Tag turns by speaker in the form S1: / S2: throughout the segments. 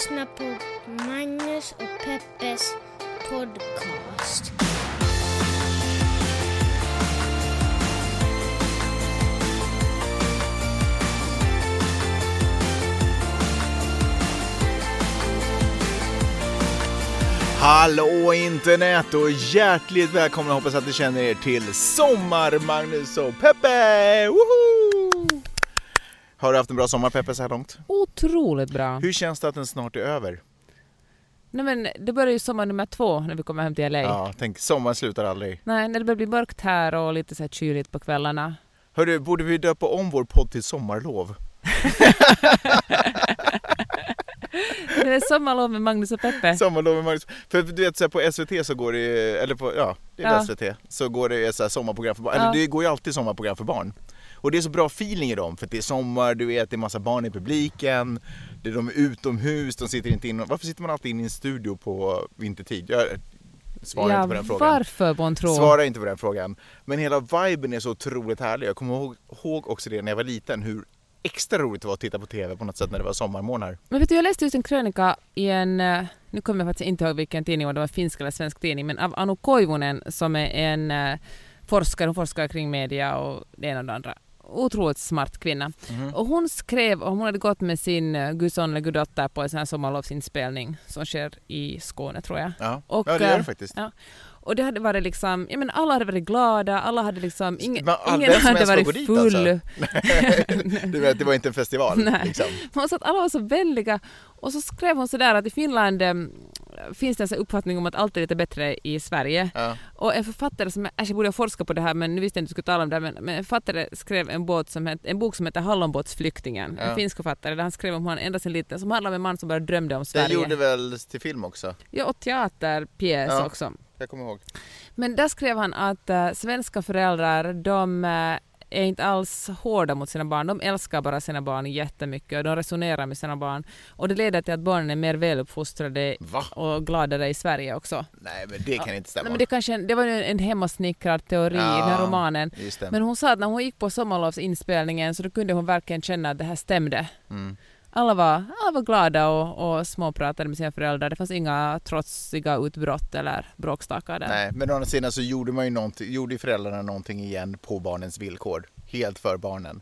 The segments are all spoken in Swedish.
S1: lyssnar på Magnus och Peppes podcast.
S2: Hallå internet och hjärtligt välkomna, hoppas att ni känner er till Sommar Magnus och Peppe! Woho! Har du haft en bra sommar, Peppe, så här långt?
S3: Otroligt bra.
S2: Hur känns det att den snart är över?
S3: Nej, men det börjar ju sommar nummer 2 när vi kommer hem till LA.
S2: Ja, tänk, sommar slutar aldrig.
S3: Nej, när det börjar bli mörkt här och lite så här kyligt på kvällarna.
S2: Hörru, borde vi döpa om vår podd till Sommarlov?
S3: Det är sommarlov med Magnus och Peppe.
S2: Sommarlov med Magnus. För du vet, så här, på SVT så går det, eller på, ja, det är SVT, så går det så här sommarprogram för barn. Eller det går ju alltid sommarprogram för barn. Och det är så bra feeling i dem, för det är sommar, du vet, det är massa barn i publiken, det är de utomhus, de sitter inte in. Varför sitter man alltid in i en studio på vintertid? Jag svarar inte på den frågan.
S3: Varför, Bontro?
S2: Svara inte på den frågan. Men hela viben är så otroligt härlig. Jag kommer ihåg också det när jag var liten, hur extra roligt det var att titta på tv på något sätt när det var sommarmånader.
S3: Men vet du, jag läste just en krönika i en, nu kommer jag faktiskt inte ihåg vilken tidning, om det var finsk eller svensk tidning, men av Anu Koivunen som är en forskare, hon forskar kring media och det ena och det andra. Otroligt smart kvinna. Mm. Och hon skrev, och hon hade gått med sin gudson eller guddotter på en sån här sommarlovsinspelning som sker i Skåne, tror jag.
S2: Ja,
S3: och,
S2: ja det gör det faktiskt.
S3: Ja. Och det hade varit liksom, jag menar, alla hade varit glada, alla hade liksom, ingen hade varit full.
S2: Alltså. Du vet, det var inte en festival.
S3: Nej.
S2: Liksom.
S3: Hon sa att alla var så väldiga. Och så skrev hon så där att i Finland finns det en uppfattning om att allt är lite bättre i Sverige. Ja. Och en författare som, jag borde forska på det här, men nu visste jag inte att du skulle tala om det, men en författare skrev en bok som heter Hallonbåtsflyktingen. Ja. En finsk författare, där han skrev om han endast en liten, som handlar om en man som bara drömde om Sverige.
S2: Det gjorde väl till film också?
S3: Ja, och teaterpjäs också.
S2: Jag kommer ihåg.
S3: Men där skrev han att svenska föräldrar, de är inte alls hårda mot sina barn. De älskar bara sina barn jättemycket och de resonerar med sina barn. Och det leder till att barnen är mer väluppfostrade och gladare i Sverige också.
S2: Nej, men det kan inte stämma.
S3: Nej, men det var ju en hemmasnickrad teori i den här romanen. Men hon sa att när hon gick på sommarlovsinspelningen så då kunde hon verkligen känna att det här stämde. Mm. Alla var glada och småpratade med sina föräldrar. Det fanns inga trotsiga utbrott eller bråkstakar där.
S2: Nej, men å andra sidan så gjorde föräldrarna någonting igen på barnens villkor. Helt för barnen.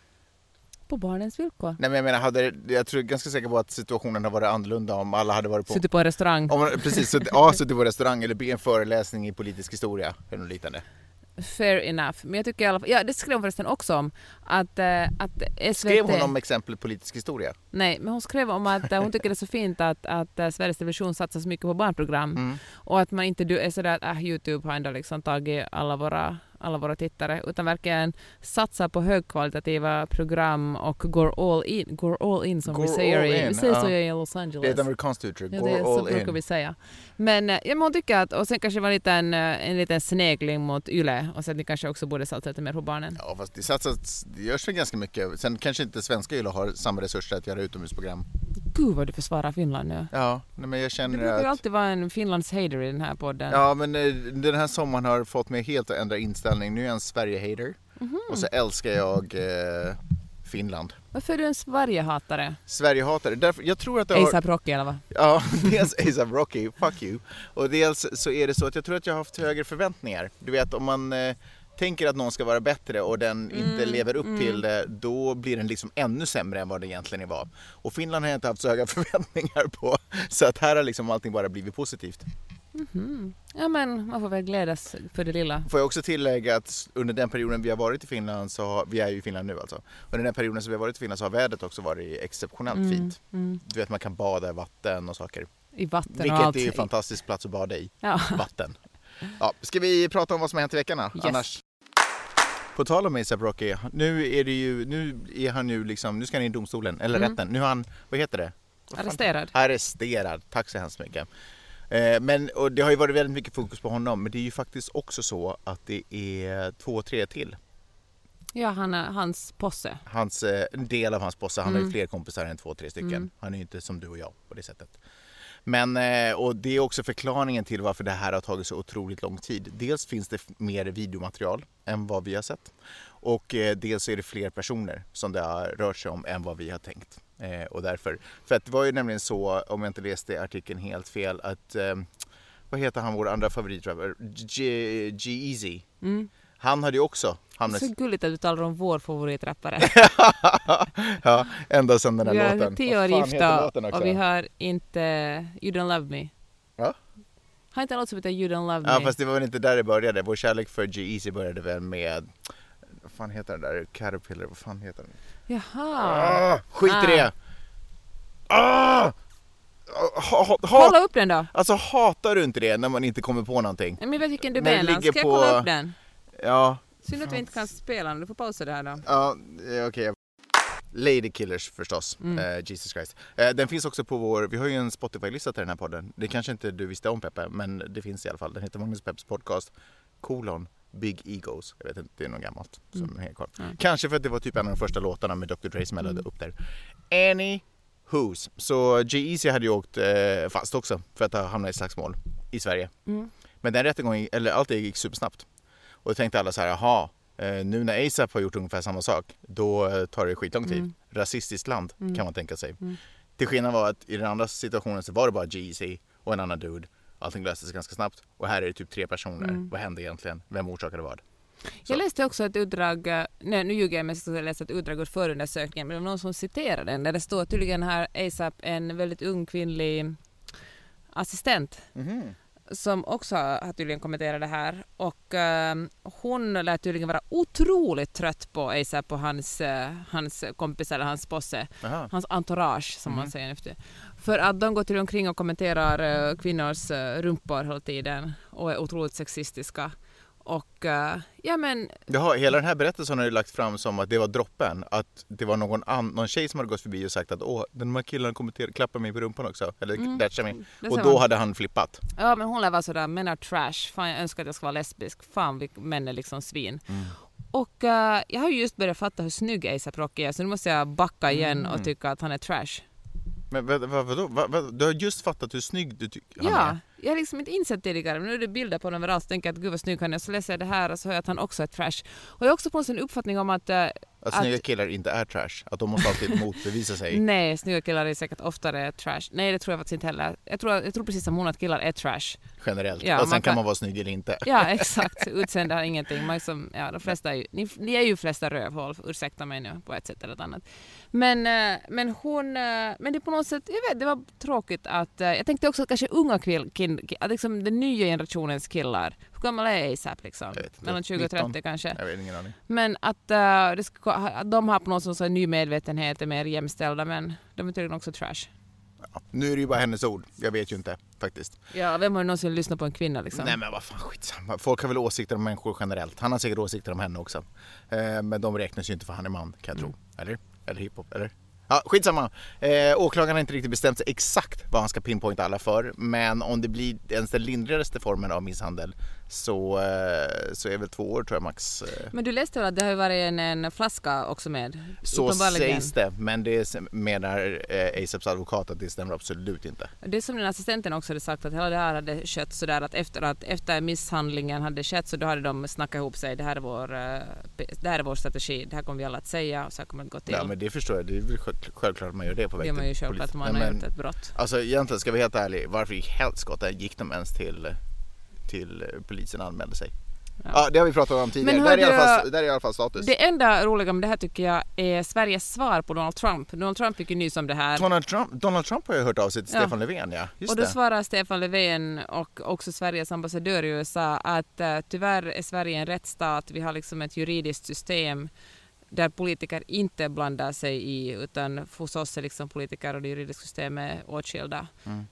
S3: På barnens villkor?
S2: Nej, men jag menar, jag tror ganska säker på att situationen har varit annorlunda om alla hade varit på...
S3: Suttit på en restaurang.
S2: Precis, suttit på en restaurang eller be en föreläsning i politisk historia eller något liknande.
S3: Fair enough. Men jag tycker i alla fall, ja, det skrev hon förresten också om att SVT...
S2: Skrev hon om exempel politisk historia?
S3: Nej, men hon skrev om att hon tycker det är så fint att Sveriges Television satsar så mycket på barnprogram och att man inte är sådär att YouTube har ändå liksom tagit alla våra tittare, utan verkligen satsar på högkvalitativa program och går all in som vi säger så i Los Angeles.
S2: Det är ett amerikanskt uttryck.
S3: Ja, så brukar vi säga. Men hon tycker att, och sen kanske var en liten snegling mot Yle och sen ni kanske också borde satsa lite mer på barnen.
S2: Ja, fast det görs för ganska mycket. Sen kanske inte svenska Yle har samma resurser att göra utomhusprogram.
S3: Gud vad du försvarar Finland nu.
S2: Ja, men jag känner att...
S3: Det brukar ju alltid vara en Finlands hater i den här podden.
S2: Ja, men den här sommaren har fått mig helt att ändra inställning. Nu är jag en Sverige-hater. Och så älskar jag Finland.
S3: Varför är du en Sverige-hatare?
S2: Sverige-hatare? Därför, jag tror att det
S3: A$AP Rocky eller vad?
S2: Ja, dels A$AP Rocky, fuck you. Och dels så är det så att jag tror att jag har haft högre förväntningar. Du vet, om man... tänker att någon ska vara bättre och den inte lever upp till det, då blir den liksom ännu sämre än vad det egentligen var. Och Finland har jag inte haft så höga förväntningar på, så att här har liksom allting bara blivit positivt.
S3: Mm-hmm. Ja, men man får väl glädjas för det lilla.
S2: Får jag också tillägga att under den perioden vi har varit i Finland, vi är ju i Finland nu alltså, under den perioden som vi har varit i Finland så har vädret också varit exceptionellt fint. Du vet, man kan bada i vatten och saker.
S3: I vatten
S2: vilket
S3: och allt.
S2: är en fantastisk plats att bada i.
S3: Ja.
S2: Vatten. Ja, ska vi prata om vad som har hänt i veckan?
S3: Yes.
S2: Annars... På tal om A$AP Rocky, nu ska han in i domstolen, eller rätten. Nu är han, vad heter det? Arresterad, tack så hemskt mycket. Och det har ju varit väldigt mycket fokus på honom, men det är ju faktiskt också så att det är 2-3 till.
S3: Ja, hans posse.
S2: En del av hans posse, han har ju fler kompisar än 2-3 stycken. Han är ju inte som du och jag på det sättet. Men, och det är också förklaringen till varför det här har tagit så otroligt lång tid. Dels finns det mer videomaterial än vad vi har sett. Och dels är det fler personer som det har rört sig om än vad vi har tänkt. Och därför. För att det var ju nämligen så, om jag inte läste artikeln helt fel, att vad heter han, vår andra favoritrapper? G-Eazy. Han hade ju också hamnat...
S3: Så gulligt att du talar om vår favoritrappare.
S2: Ja, ända sedan den här låten.
S3: Vi har 10 år gifta och vi har inte You Don't Love Me.
S2: Ja?
S3: Har inte en låt som heter You Don't Love Me?
S2: Ja, fast det var väl inte där det började. Vår kärlek för G-Eazy började väl med... Vad fan heter den där? Caterpillar, vad fan heter den?
S3: Jaha.
S2: Skit i det!
S3: Kolla upp den då.
S2: Alltså hatar du inte det när man inte kommer på någonting?
S3: Men jag vet vilken du
S2: När det
S3: menar.
S2: ligger
S3: Ska jag
S2: på-
S3: kolla upp den?
S2: Ja,
S3: Synd att vi inte kan spela den. Du får pausa det här då.
S2: ja okej. Lady Killers förstås, Jesus Christ. Den finns också på vår, vi har ju en Spotify-lista till den här podden. Det kanske inte du visste om, Peppe, men det finns i alla fall. Den heter Magnus Pepps podcast, Big Egos. Jag vet inte, det är något gammalt som är helt kort. Kanske för att det var typ en av de första låtarna med Dr. Dre som jag lade upp där. Anywho's. Så G-Eazy hade ju åkt fast också för att ha hamnat i slagsmål i Sverige. Men den rättegången, eller allt det gick supersnabbt. Och då tänkte alla så här, jaha, nu när ASAP har gjort ungefär samma sak, då tar det skitlång tid. Rasistiskt land kan man tänka sig. Till skillnad var att i den andra situationen så var det bara G-Eazy och en annan dude. Allting löste sig ganska snabbt. Och här är det typ 3 personer. Vad hände egentligen? Vem orsakade vad?
S3: Jag läste också ett utdrag, nu ljuger jag mest, jag läste ett utdrag ur förundersökningen, men det var någon som citerade den, där det står tydligen här ASAP, en väldigt ung kvinnlig assistent. Som också har tydligen kommenterat det här. Och hon lät tydligen vara otroligt trött på ASAP och hans kompis eller hans bosse. Hans entourage som man säger efter. För att de går till omkring och kommenterar kvinnors rumpor hela tiden. Och är otroligt sexistiska. Och ja men...
S2: Jaha, hela den här berättelsen har ju lagt fram som att det var droppen. Att det var någon tjej som hade gått förbi och sagt att den här killen klappar mig på rumpan också. Eller datchar mig. Och då hade han flippat.
S3: Ja, men hon lär vara sådär, män är trash. Fan, jag önskar att jag ska vara lesbisk. Fan, män är liksom svin. Och jag har ju just börjat fatta hur snygg ASAP Rocky är. Så nu måste jag backa igen och tycka att han är trash.
S2: Men vadå? Du har just fattat hur snygg du tycker han är.
S3: Ja, jag har liksom inte insett tidigare. Men nu är det bilder på honom överallt. Så tänker jag att gud vad snygg han är. Så läser jag det här och så hör jag att han också är trash. Och jag har också på en uppfattning om att
S2: snygga killar inte är trash. Att de måste alltid motbevisa sig.
S3: Nej, snygga killar är säkert oftare trash. Nej, det tror jag faktiskt inte heller. Jag tror precis som hon att killar är trash.
S2: Generellt.
S3: Ja,
S2: och sen kan man vara snygg eller inte.
S3: Ja, exakt. Utseende har ingenting. Man liksom, ja, de flesta är ju, ni är ju flesta rövhål. Ursäkta mig nu på ett sätt eller ett annat. Men det är på något sätt, jag vet, det var tråkigt att, jag tänkte också att kanske unga att liksom den nya generationens killar. Hur gammal är ASAP liksom? Mellan 20 och 30 kanske.
S2: Jag vet ingen aning.
S3: Men att de har på något sätt en ny medvetenhet, är mer jämställda, men de är tydligen också trash.
S2: Ja, nu är det ju bara hennes ord. Jag vet ju inte faktiskt.
S3: Ja, vem har någonsin lyssnat på en kvinna liksom?
S2: Nej men vad fan, skitsamma. Folk har väl åsikter om människor generellt. Han har säkert åsikter om henne också. Men de räknas ju inte för han är man, kan jag tro. Eller hiphop, eller? Ja, skitsamma. Åklagaren har inte riktigt bestämt sig exakt vad han ska pinpointa alla för. Men om det blir ens den lindrigaste formen av misshandel så är väl 2 år tror jag max.
S3: Men du läste väl att det har varit en flaska också med?
S2: Så sägs det, men det menar ASAPs advokat att det stämmer absolut inte.
S3: Det som den assistenten också hade sagt, att hela det här hade skett sådär att efter misshandlingen hade skett så då hade de snackat ihop sig. Det här är vår strategi, det här kommer vi alla att säga och så här kommer det gå till.
S2: Ja, men det förstår jag. Det är väl självklart att man gör det på väg till
S3: polisen. Det är man ju självklart att man har gjort ett brott.
S2: Alltså egentligen ska vi helt ärlig, varför i helskotta gick de ens till polisen anmälde sig? Ja, det har vi pratat om tidigare. Där är i alla fall status.
S3: Det enda roliga med det här tycker jag är Sveriges svar på Donald Trump. Donald Trump fick ju nys om det här.
S2: Donald Trump har ju hört av sig till Stefan Löfven, ja. Just
S3: och då
S2: det.
S3: svarar Stefan Löfven och också Sveriges ambassadör i USA att tyvärr är Sverige en rättsstat. Vi har liksom ett juridiskt system där politiker inte blandar sig i, utan hos oss är liksom politiker och det juridiska systemet åtskilda.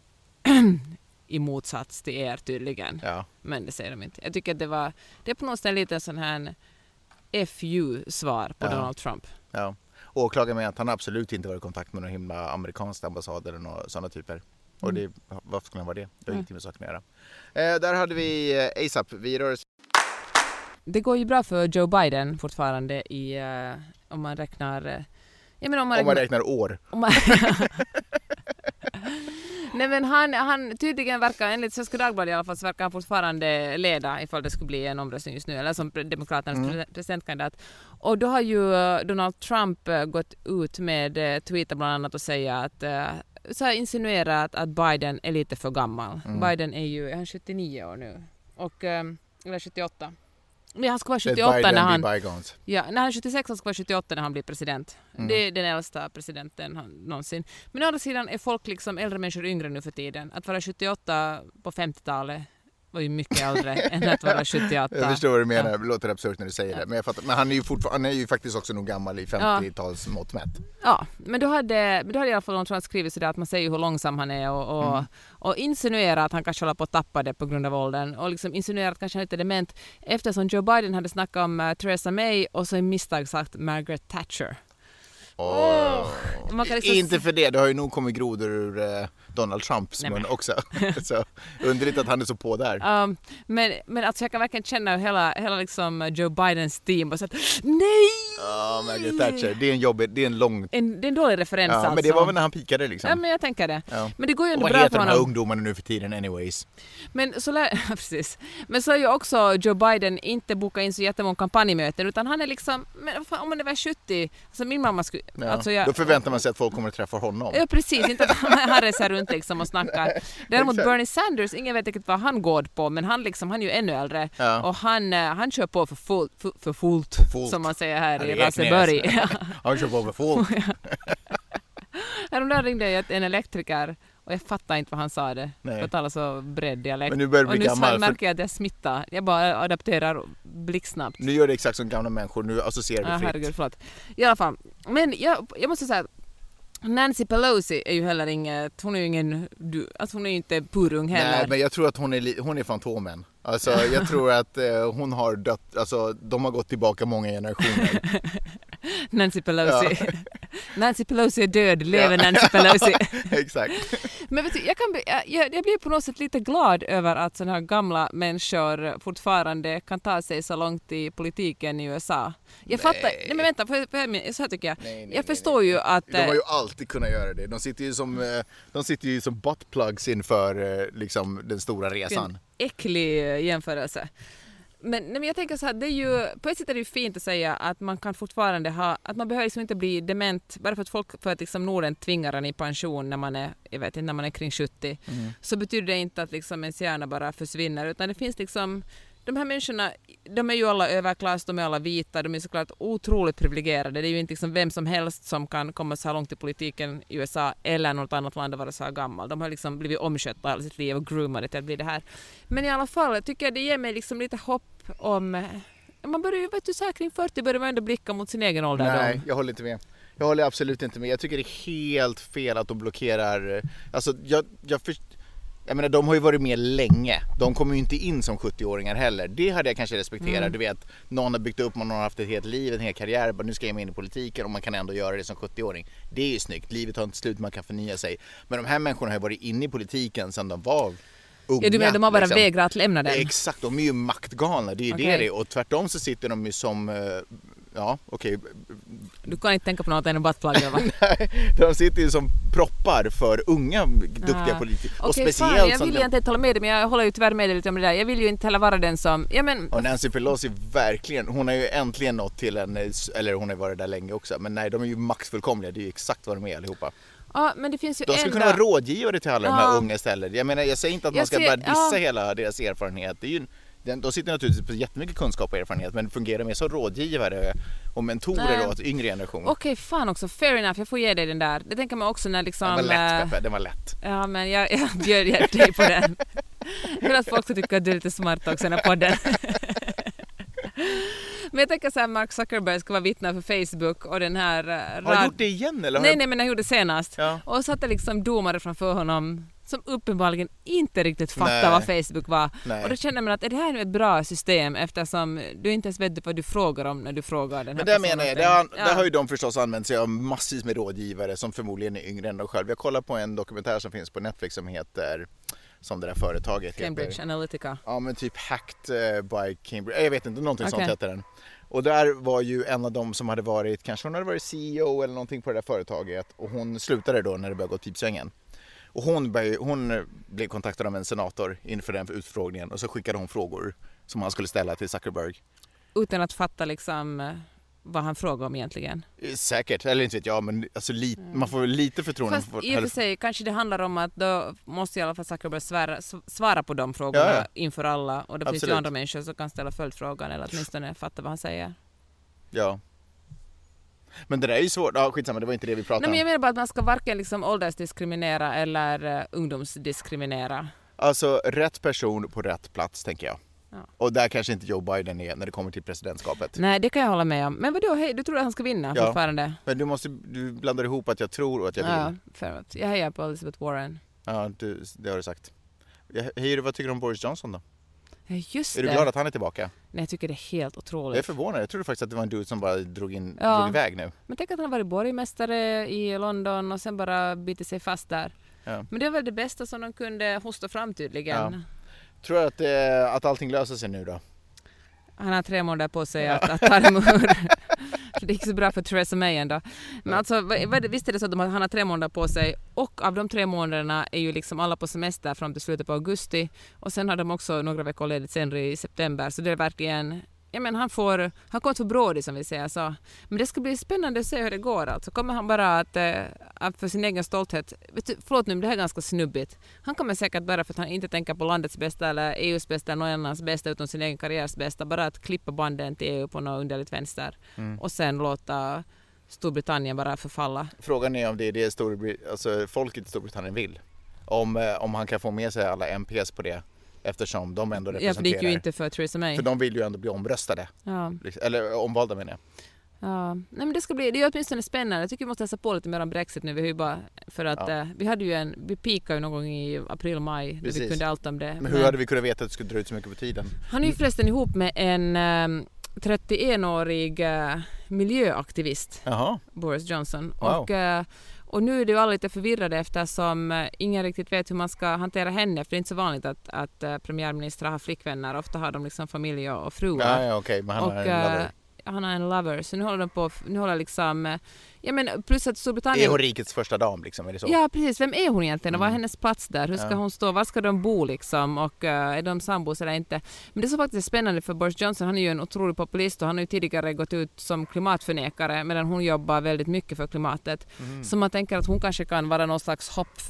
S3: I motsats till er tydligen. Ja. Men det säger de inte. Jag tycker att det är på något sätt lite sån här FU-svar på Donald Trump.
S2: Ja. Åklagaren med att han absolut inte varit i kontakt med någon himla amerikansk ambassad eller några sådana typer. Och varför skulle han vara det? Det har ingenting med saken att göra. Där hade vi ASAP.
S3: Det går ju bra för Joe Biden fortfarande om man räknar... om man
S2: räknar år.
S3: Nej, men han tydligen verkar, enligt Svenska Dagbladet i alla fall, så verkar han fortfarande leda ifall det skulle bli en omröstning just nu, eller som Demokraternas presidentkandidat. Och då har ju Donald Trump gått ut med tweetar bland annat och säga att så här insinuerat att Biden är lite för gammal. Biden är han 79 år nu. Och, eller 78. Men han ska vara 78 när han... när han är 76 han ska vara 78 när han blir president. Det är den äldsta presidenten någonsin. Men å andra sidan är folk liksom äldre människor yngre nu för tiden. Att vara 78 på 50-talet var ju mycket äldre än att vara 78.
S2: Jag förstår vad du menar. Det låter absurt när du säger det. Men jag fattar. Men han är ju faktiskt också nog gammal i 50-tals mått mätt.
S3: Ja, men då hade i alla fall någon skrivit sådär att man säger hur långsam han är och insinuerar att han kanske håller på att tappa det på grund av åldern och liksom insinuerar att kanske han är lite dement eftersom Joe Biden hade snackat om Theresa May och så i misstag sagt Margaret Thatcher.
S2: Man kan liksom... Inte för det, det har ju nog kommit grodor ur Donald Trumps mun också. Så underligt att han är så på där.
S3: Men alltså jag kan verkligen känna hela liksom Joe Bidens team och så att nej!
S2: Margaret Thatcher, det är en lång...
S3: Det är en dålig referens alltså.
S2: Men det var väl när han pikade liksom.
S3: Ja, men jag tänker det. Ja. Men det går ju ändå bra för honom.
S2: Och vad heter de här ungdomarna nu för tiden anyways?
S3: Men så precis. Men så är ju också Joe Biden inte bokat in så jättemånga kampanjmöten utan han är liksom, men om man är väl 70, alltså min mamma skulle...
S2: Ja. Alltså då förväntar man sig att folk kommer att träffa honom.
S3: Ja, precis. Inte att han reser runt liksom och snackar. Däremot Bernie Sanders, ingen vet riktigt vad han går på, men han är ju ännu äldre. Ja. Och han kör på för fullt, som man säger här i Raseborg.
S2: Han kör på för fullt.
S3: Häromdagen ringde jag en elektriker och jag fattar inte vad han sa det. För att alla så bred dialekt.
S2: Men nu börjar det bli gammal.
S3: Och nu märker jag att jag smittar. Jag bara adapterar blixtsnabbt.
S2: Nu gör det exakt som gamla människor. Nu associerar vi fritt.
S3: Herregud, förlåt. I alla fall. Men jag måste säga att Nancy Pelosi är ju heller inget, hon är ju ingen, alltså hon är ju inte purung heller.
S2: Nej, men jag tror att hon är fantomen. Alltså jag tror att hon har dött, alltså de har gått tillbaka många generationer.
S3: Nancy Pelosi. Ja. Nancy Pelosi är död, lever Nancy Pelosi.
S2: Exakt.
S3: Men vet du, jag blir på något sätt lite glad över att sådana här gamla människor fortfarande kan ta sig så långt i politiken i USA. Jag fattar, nej men vänta, så här tycker jag. Jag förstår ju att...
S2: De har ju alltid kunnat göra det. De sitter ju som buttplugs inför liksom den stora resan.
S3: En äcklig jämförelse. Men jag tänker så här, det är ju, på ett sätt är det ju fint att säga att man kan fortfarande att man behöver liksom inte bli dement bara för att liksom Norden tvingar en i pension när man är, jag vet inte, när man är kring 70. Så betyder det inte att liksom ens hjärna bara försvinner, utan det finns liksom, de här människorna, de är ju alla överklass, de är alla vita, de är såklart otroligt privilegierade. Det är ju inte liksom vem som helst som kan komma så här långt i politiken i USA eller något annat land och vara så här gammal. De har liksom blivit omskötta hela sitt liv och groomade till att bli det här. Men i alla fall tycker jag det ger mig liksom lite hopp om... Man börjar ju, vet du, så här kring 40 börjar man ändå blicka mot sin egen ålder.
S2: Nej, jag håller inte med. Jag håller absolut inte med. Jag tycker det är helt fel att de blockerar... Alltså, jag menar, de har ju varit med länge. De kommer ju inte in som 70-åringar heller. Det hade jag kanske respekterat. Du vet, någon har byggt upp, någon har haft ett helt liv, en hel karriär. Bara, nu ska jag med in i politiken och man kan ändå göra det som 70-åring. Det är ju snyggt. Livet har inte slut, man kan förnya sig. Men de här människorna har ju varit inne i politiken sedan de var unga.
S3: Ja, du menar, de har bara
S2: liksom
S3: vägrat att lämna den.
S2: Exakt, de är ju maktgalna. Det är ju det. Och tvärtom så sitter de ju som... Ja, okej.
S3: Du kan inte tänka på något än buttpluggar, va?
S2: Nej, de sitter ju som proppar för unga, duktiga politiker. Och speciellt
S3: fan, jag vill ju inte hålla med dig, men jag håller ju tyvärr med dig lite om det där. Jag vill ju inte heller vara den som... Ja, men...
S2: Och Nancy Pelosi, verkligen, hon har ju äntligen nått till eller hon har varit där länge också. Men nej, de är ju maxfullkomliga, det är ju exakt vad de är allihopa.
S3: Ja, men det finns ju
S2: de skulle kunna vara rådgivare till alla de här unga istället. Jag menar, jag säger inte att man ska bara dissa hela deras erfarenhet. Det är ju... De sitter naturligtvis på jättemycket kunskap och erfarenhet, men fungerar mer som rådgivare och mentorer åt yngre generation.
S3: Okej, fan också. Fair enough, jag får ge dig den där. Det tänker man också när liksom...
S2: Den var lätt, Peppe, den var lätt.
S3: Ja, men jag bjöd dig på den. För att folk ska tycka att du är lite smart också när podden. Men jag tänker så här, Mark Zuckerberg ska vara vittna för Facebook och den här...
S2: Har han gjort det igen eller?
S3: Nej, men han gjorde det senast. Ja. Och satte liksom domare framför honom som uppenbarligen inte riktigt fattar vad Facebook var. Nej. Och då känner man att är det här ett bra system eftersom du inte ens vet vad du frågar om när du frågar den här personen.
S2: Men det menar jag, där har ju de förstås använt sig av massvis med rådgivare som förmodligen är yngre än de själv. Jag kollar på en dokumentär som finns på Netflix som heter, som det där företaget
S3: Cambridge
S2: heter.
S3: Analytica.
S2: Ja, men typ Hacked by Cambridge. Jag vet inte, någonting sånt heter den. Och där var ju en av dem som hade varit, kanske hon hade varit CEO eller någonting på det där företaget, och hon slutade då när det började gå pipsvängen. Och hon blev kontaktad av en senator inför den utfrågningen och så skickade hon frågor som han skulle ställa till Zuckerberg.
S3: Utan att fatta liksom vad han frågar om egentligen.
S2: Säkert, eller inte vet jag, men alltså man får lite förtroende.
S3: Fast i och för sig kanske det handlar om att då måste i alla fall Zuckerberg svara på de frågorna inför alla. Och det finns ju andra människor som kan ställa följdfrågan eller åtminstone fatta vad han säger.
S2: Ja. Men det där är ju svårt. Ja, skitsamma, det var inte det vi pratade om.
S3: Men jag menar bara att man ska varken liksom åldersdiskriminera eller ungdomsdiskriminera.
S2: Alltså rätt person på rätt plats, tänker jag.
S3: Ja.
S2: Och där kanske inte Joe Biden är när det kommer till presidentskapet.
S3: Nej, det kan jag hålla med om. Men vadå, du tror att han ska vinna fortfarande?
S2: Men du blandar ihop att jag tror och att jag vill.
S3: Ja, för att jag hejar på Elizabeth Warren.
S2: Ja, det har du sagt. Hej, vad tycker du om Boris Johnson då?
S3: Ja, just det.
S2: Är du glad att han är tillbaka?
S3: Nej, jag tycker det är helt otroligt.
S2: Jag är förvånad. Jag trodde faktiskt att det var en dude som bara drog iväg nu.
S3: Men tänk att han har varit borgmästare i London och sen bara bitit sig fast där. Ja. Men det är väl det bästa som de kunde hosta fram tydligen. Ja.
S2: Tror du att allting löser sig nu då?
S3: Han har 3 månader på sig att ta emot. Det gick så bra för Theresa May ändå. Men alltså, visst är det så att han har 3 månader på sig och av de 3 månaderna är ju liksom alla på semester fram till slutet på augusti och sen har de också några veckor ledigt senare i september, så det är verkligen, jag menar, han kommer att få brådig som vi säger så. Men det ska bli spännande att se hur det går. Alltså kommer han bara att för sin egen stolthet, förlåt nu, men det här är ganska snubbigt. Han kommer säkert bara för att han inte tänker på landets bästa eller EUs bästa eller någon annans bästa utan sin egen karriärs bästa, bara att klippa banden till EU på något underligt vänster och sen låta Storbritannien bara förfalla.
S2: Frågan är om det är det alltså folket i Storbritannien vill. Om han kan få med sig alla MPs på det. Eftersom de ändå representerar.
S3: Ja, för det gick ju inte för Theresa May.
S2: För de vill ju ändå bli omröstade. Ja. Eller omvalda menar jag.
S3: Ja, nej, men det är åtminstone spännande. Jag tycker vi måste läsa på lite mer om Brexit nu. För att vi pikade ju någon gång i april-maj. När vi kunde allt om det.
S2: Men hur hade vi kunnat veta att det skulle dra ut så mycket på tiden?
S3: Han är ju förresten ihop med en 31-årig miljöaktivist.
S2: Jaha.
S3: Boris Johnson.
S2: Wow.
S3: Och nu är det ju alla lite förvirrade eftersom ingen riktigt vet hur man ska hantera henne. För det är inte så vanligt att premiärministrar har flickvänner. Ofta har de liksom familj och fruar.
S2: Ja, okej. Men han har en lover.
S3: Han har en lover. Så nu håller liksom... Ja, men plus att Storbritannien...
S2: Är hon rikets första dam liksom? Är det så?
S3: Ja, precis. Vem är hon egentligen? Och vad är hennes plats där? Hur ska hon stå? Var ska de bo liksom? Och är de sambos eller inte? Men det som faktiskt är spännande för Boris Johnson, han är ju en otrolig populist och han har ju tidigare gått ut som klimatförnekare medan hon jobbar väldigt mycket för klimatet. Så man tänker att hon kanske kan vara någon slags hopp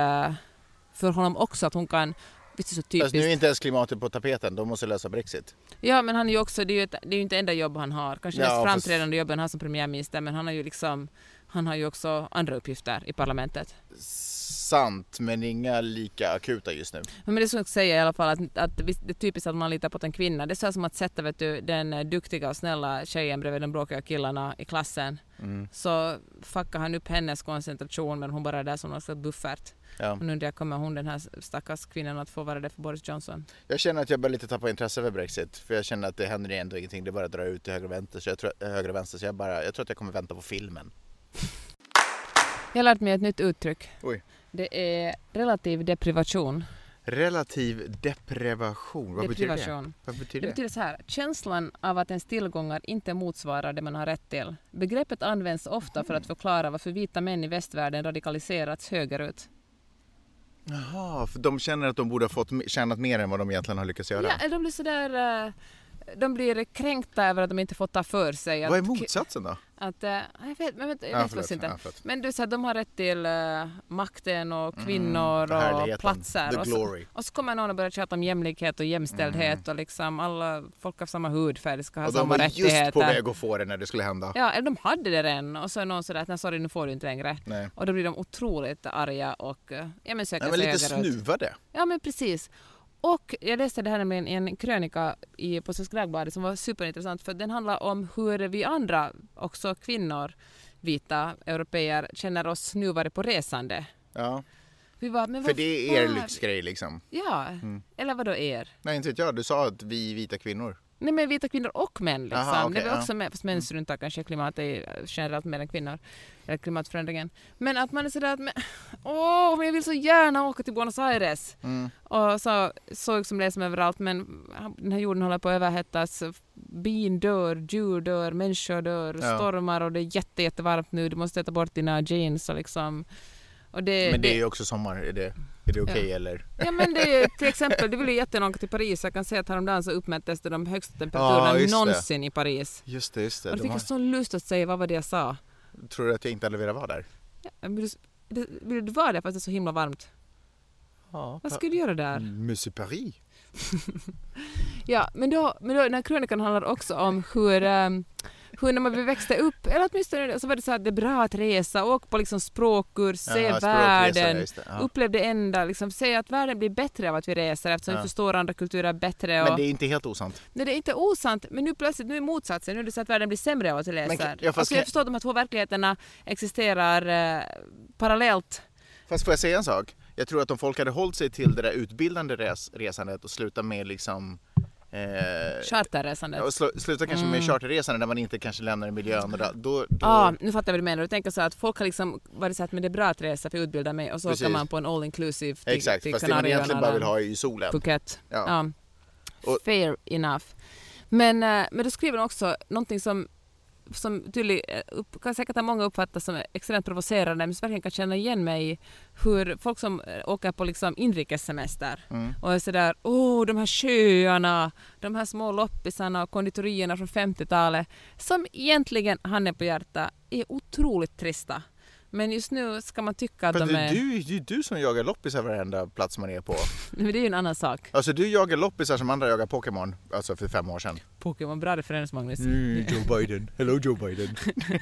S3: för honom också. Att hon kan... Så
S2: alltså, nu är inte ens klimatet på tapeten, de måste lösa Brexit.
S3: Ja, men han är ju också, det är ju inte enda jobb han har. Kanske mest framträdande jobb han har som premiärminister, men han har ju också andra uppgifter i parlamentet.
S2: Sant, men inga lika akuta just nu.
S3: Men det är som jag säger i alla fall att det är typiskt att man litar på en kvinna. Det är så som att sätta den duktiga och snälla tjejen bredvid de bråkiga killarna i klassen. Så fuckar han upp hennes koncentration, men hon bara är där som någon slags buffert. Ja. Och nu där kommer hon, den här stackars kvinnan, att få vara där för Boris Johnson. Jag känner att jag börjar lite tappa intresse för Brexit. För jag känner att det händer ändå ingenting. Det bara drar ut till höger och vänster. Så jag tror att jag kommer vänta på filmen. Jag har lärt mig ett nytt uttryck. Oj. Det är relativ deprivation. Relativ deprivation? Vad betyder det? Det betyder så här. Känslan av att ens tillgångar inte motsvarar det man har rätt till. Begreppet används ofta för att förklara varför vita män i västvärlden radikaliserats högerut. Jaha, för de känner att de borde ha tjänat mer än vad de egentligen har lyckats göra. Ja, de blir sådär... De blir kränkta över att de inte får ta för sig. Vad är motsatsen då? Jag vet inte. Men du sa att de har rätt till makten och kvinnor och platser. Och så kommer någon och börjar tjata om jämlikhet och jämställdhet och liksom alla folk av samma hudfärg ska ha samma rättigheter. Och de var just på väg att få det när det skulle hända. Ja, eller de hade det redan. Och så är någon sådär att sorry, nu får du inte längre. Nej. Och då blir de otroligt arga och söker sig överut. Lite snuvade. Ja, men precis. Och jag läste det här med en krönika på Svenska Dagbladet som var superintressant, för den handlar om hur vi andra, också kvinnor, vita europeer, känner oss snuvare på resande. Ja. För det är er lyxgrej liksom. Ja, eller vad då er? Nej, inte vet jag. Du sa att vi vita kvinnor. Nej, men vita kvinnor och män liksom. Aha, okay, det är också med, fast män struntar kanske klimatet generellt mer än kvinnor. Eller klimatförändringen. Men att man är sådär att jag vill så gärna åka till Buenos Aires. Och så som det är som överallt, men den här jorden håller på att överhettas. Bin dör, djur dör, människor dör, stormar och det är jättevarmt nu. Du måste äta bort dina jeans och liksom... Och
S2: men det är ju också sommar, är det okej eller?
S3: Ja, men det är till exempel, du vill ju jättegärna åka till Paris. Jag kan säga att häromdagen så uppmättes det de högsta temperaturerna någonsin i Paris.
S2: Just det.
S3: Och det fick jag så lust att säga, vad var det jag sa?
S2: Tror du att jag inte hade velat vara där?
S3: Ja, vill du vara där fast det är så himla varmt?
S2: Ja.
S3: Vad ska du göra där?
S2: Monsieur Paris.
S3: Ja, men då den här krönikan handlar också om hur när man växte upp, eller åtminstone så var det så att det är bra att resa, åka på liksom språkkurs, se världen, uppleva det ända, liksom se att världen blir bättre av att vi reser eftersom vi förstår andra kulturer bättre.
S2: Men det är inte helt osant.
S3: Nej, det är inte osant, men nu plötsligt, nu är motsatsen, nu är det så att världen blir sämre av att vi reser. Jag förstår att de här två verkligheterna existerar parallellt.
S2: Fast får jag säga en sak? Jag tror att om folk hade hållit sig till det där utbildande resandet och sluta med liksom
S3: charterresandet.
S2: Och sluta kanske med charterresande där man inte kanske lämnar miljön och då...
S3: Ja, nu fattar jag vad du menar. Du tänker så att folk har liksom varit så att men det är bra att resa för att utbilda mig och så kan man på en all-inclusive till
S2: exakt, fast det man egentligen bara vill ha är ju solen.
S3: Phuket. Ja. Fair enough. Men då skriver de också någonting som tydligt kan säkert att många uppfattar som extremt provocerande, men verkligen kan känna igen mig i hur folk som åker på liksom inrikessemester och är sådär, de här sjöarna, de här små loppisarna och konditorierna från 50-talet som egentligen, handen på hjärta, är otroligt trista. Men just nu ska man tycka att de är...
S2: Det är du som jagar loppisar varenda plats man är på.
S3: Men det är ju en annan sak.
S2: Alltså du jagar loppisar som andra jagar Pokémon, alltså för 5 år sedan.
S3: Pokémon, bra referens, Magnus.
S2: Joe Biden. Hello Joe Biden.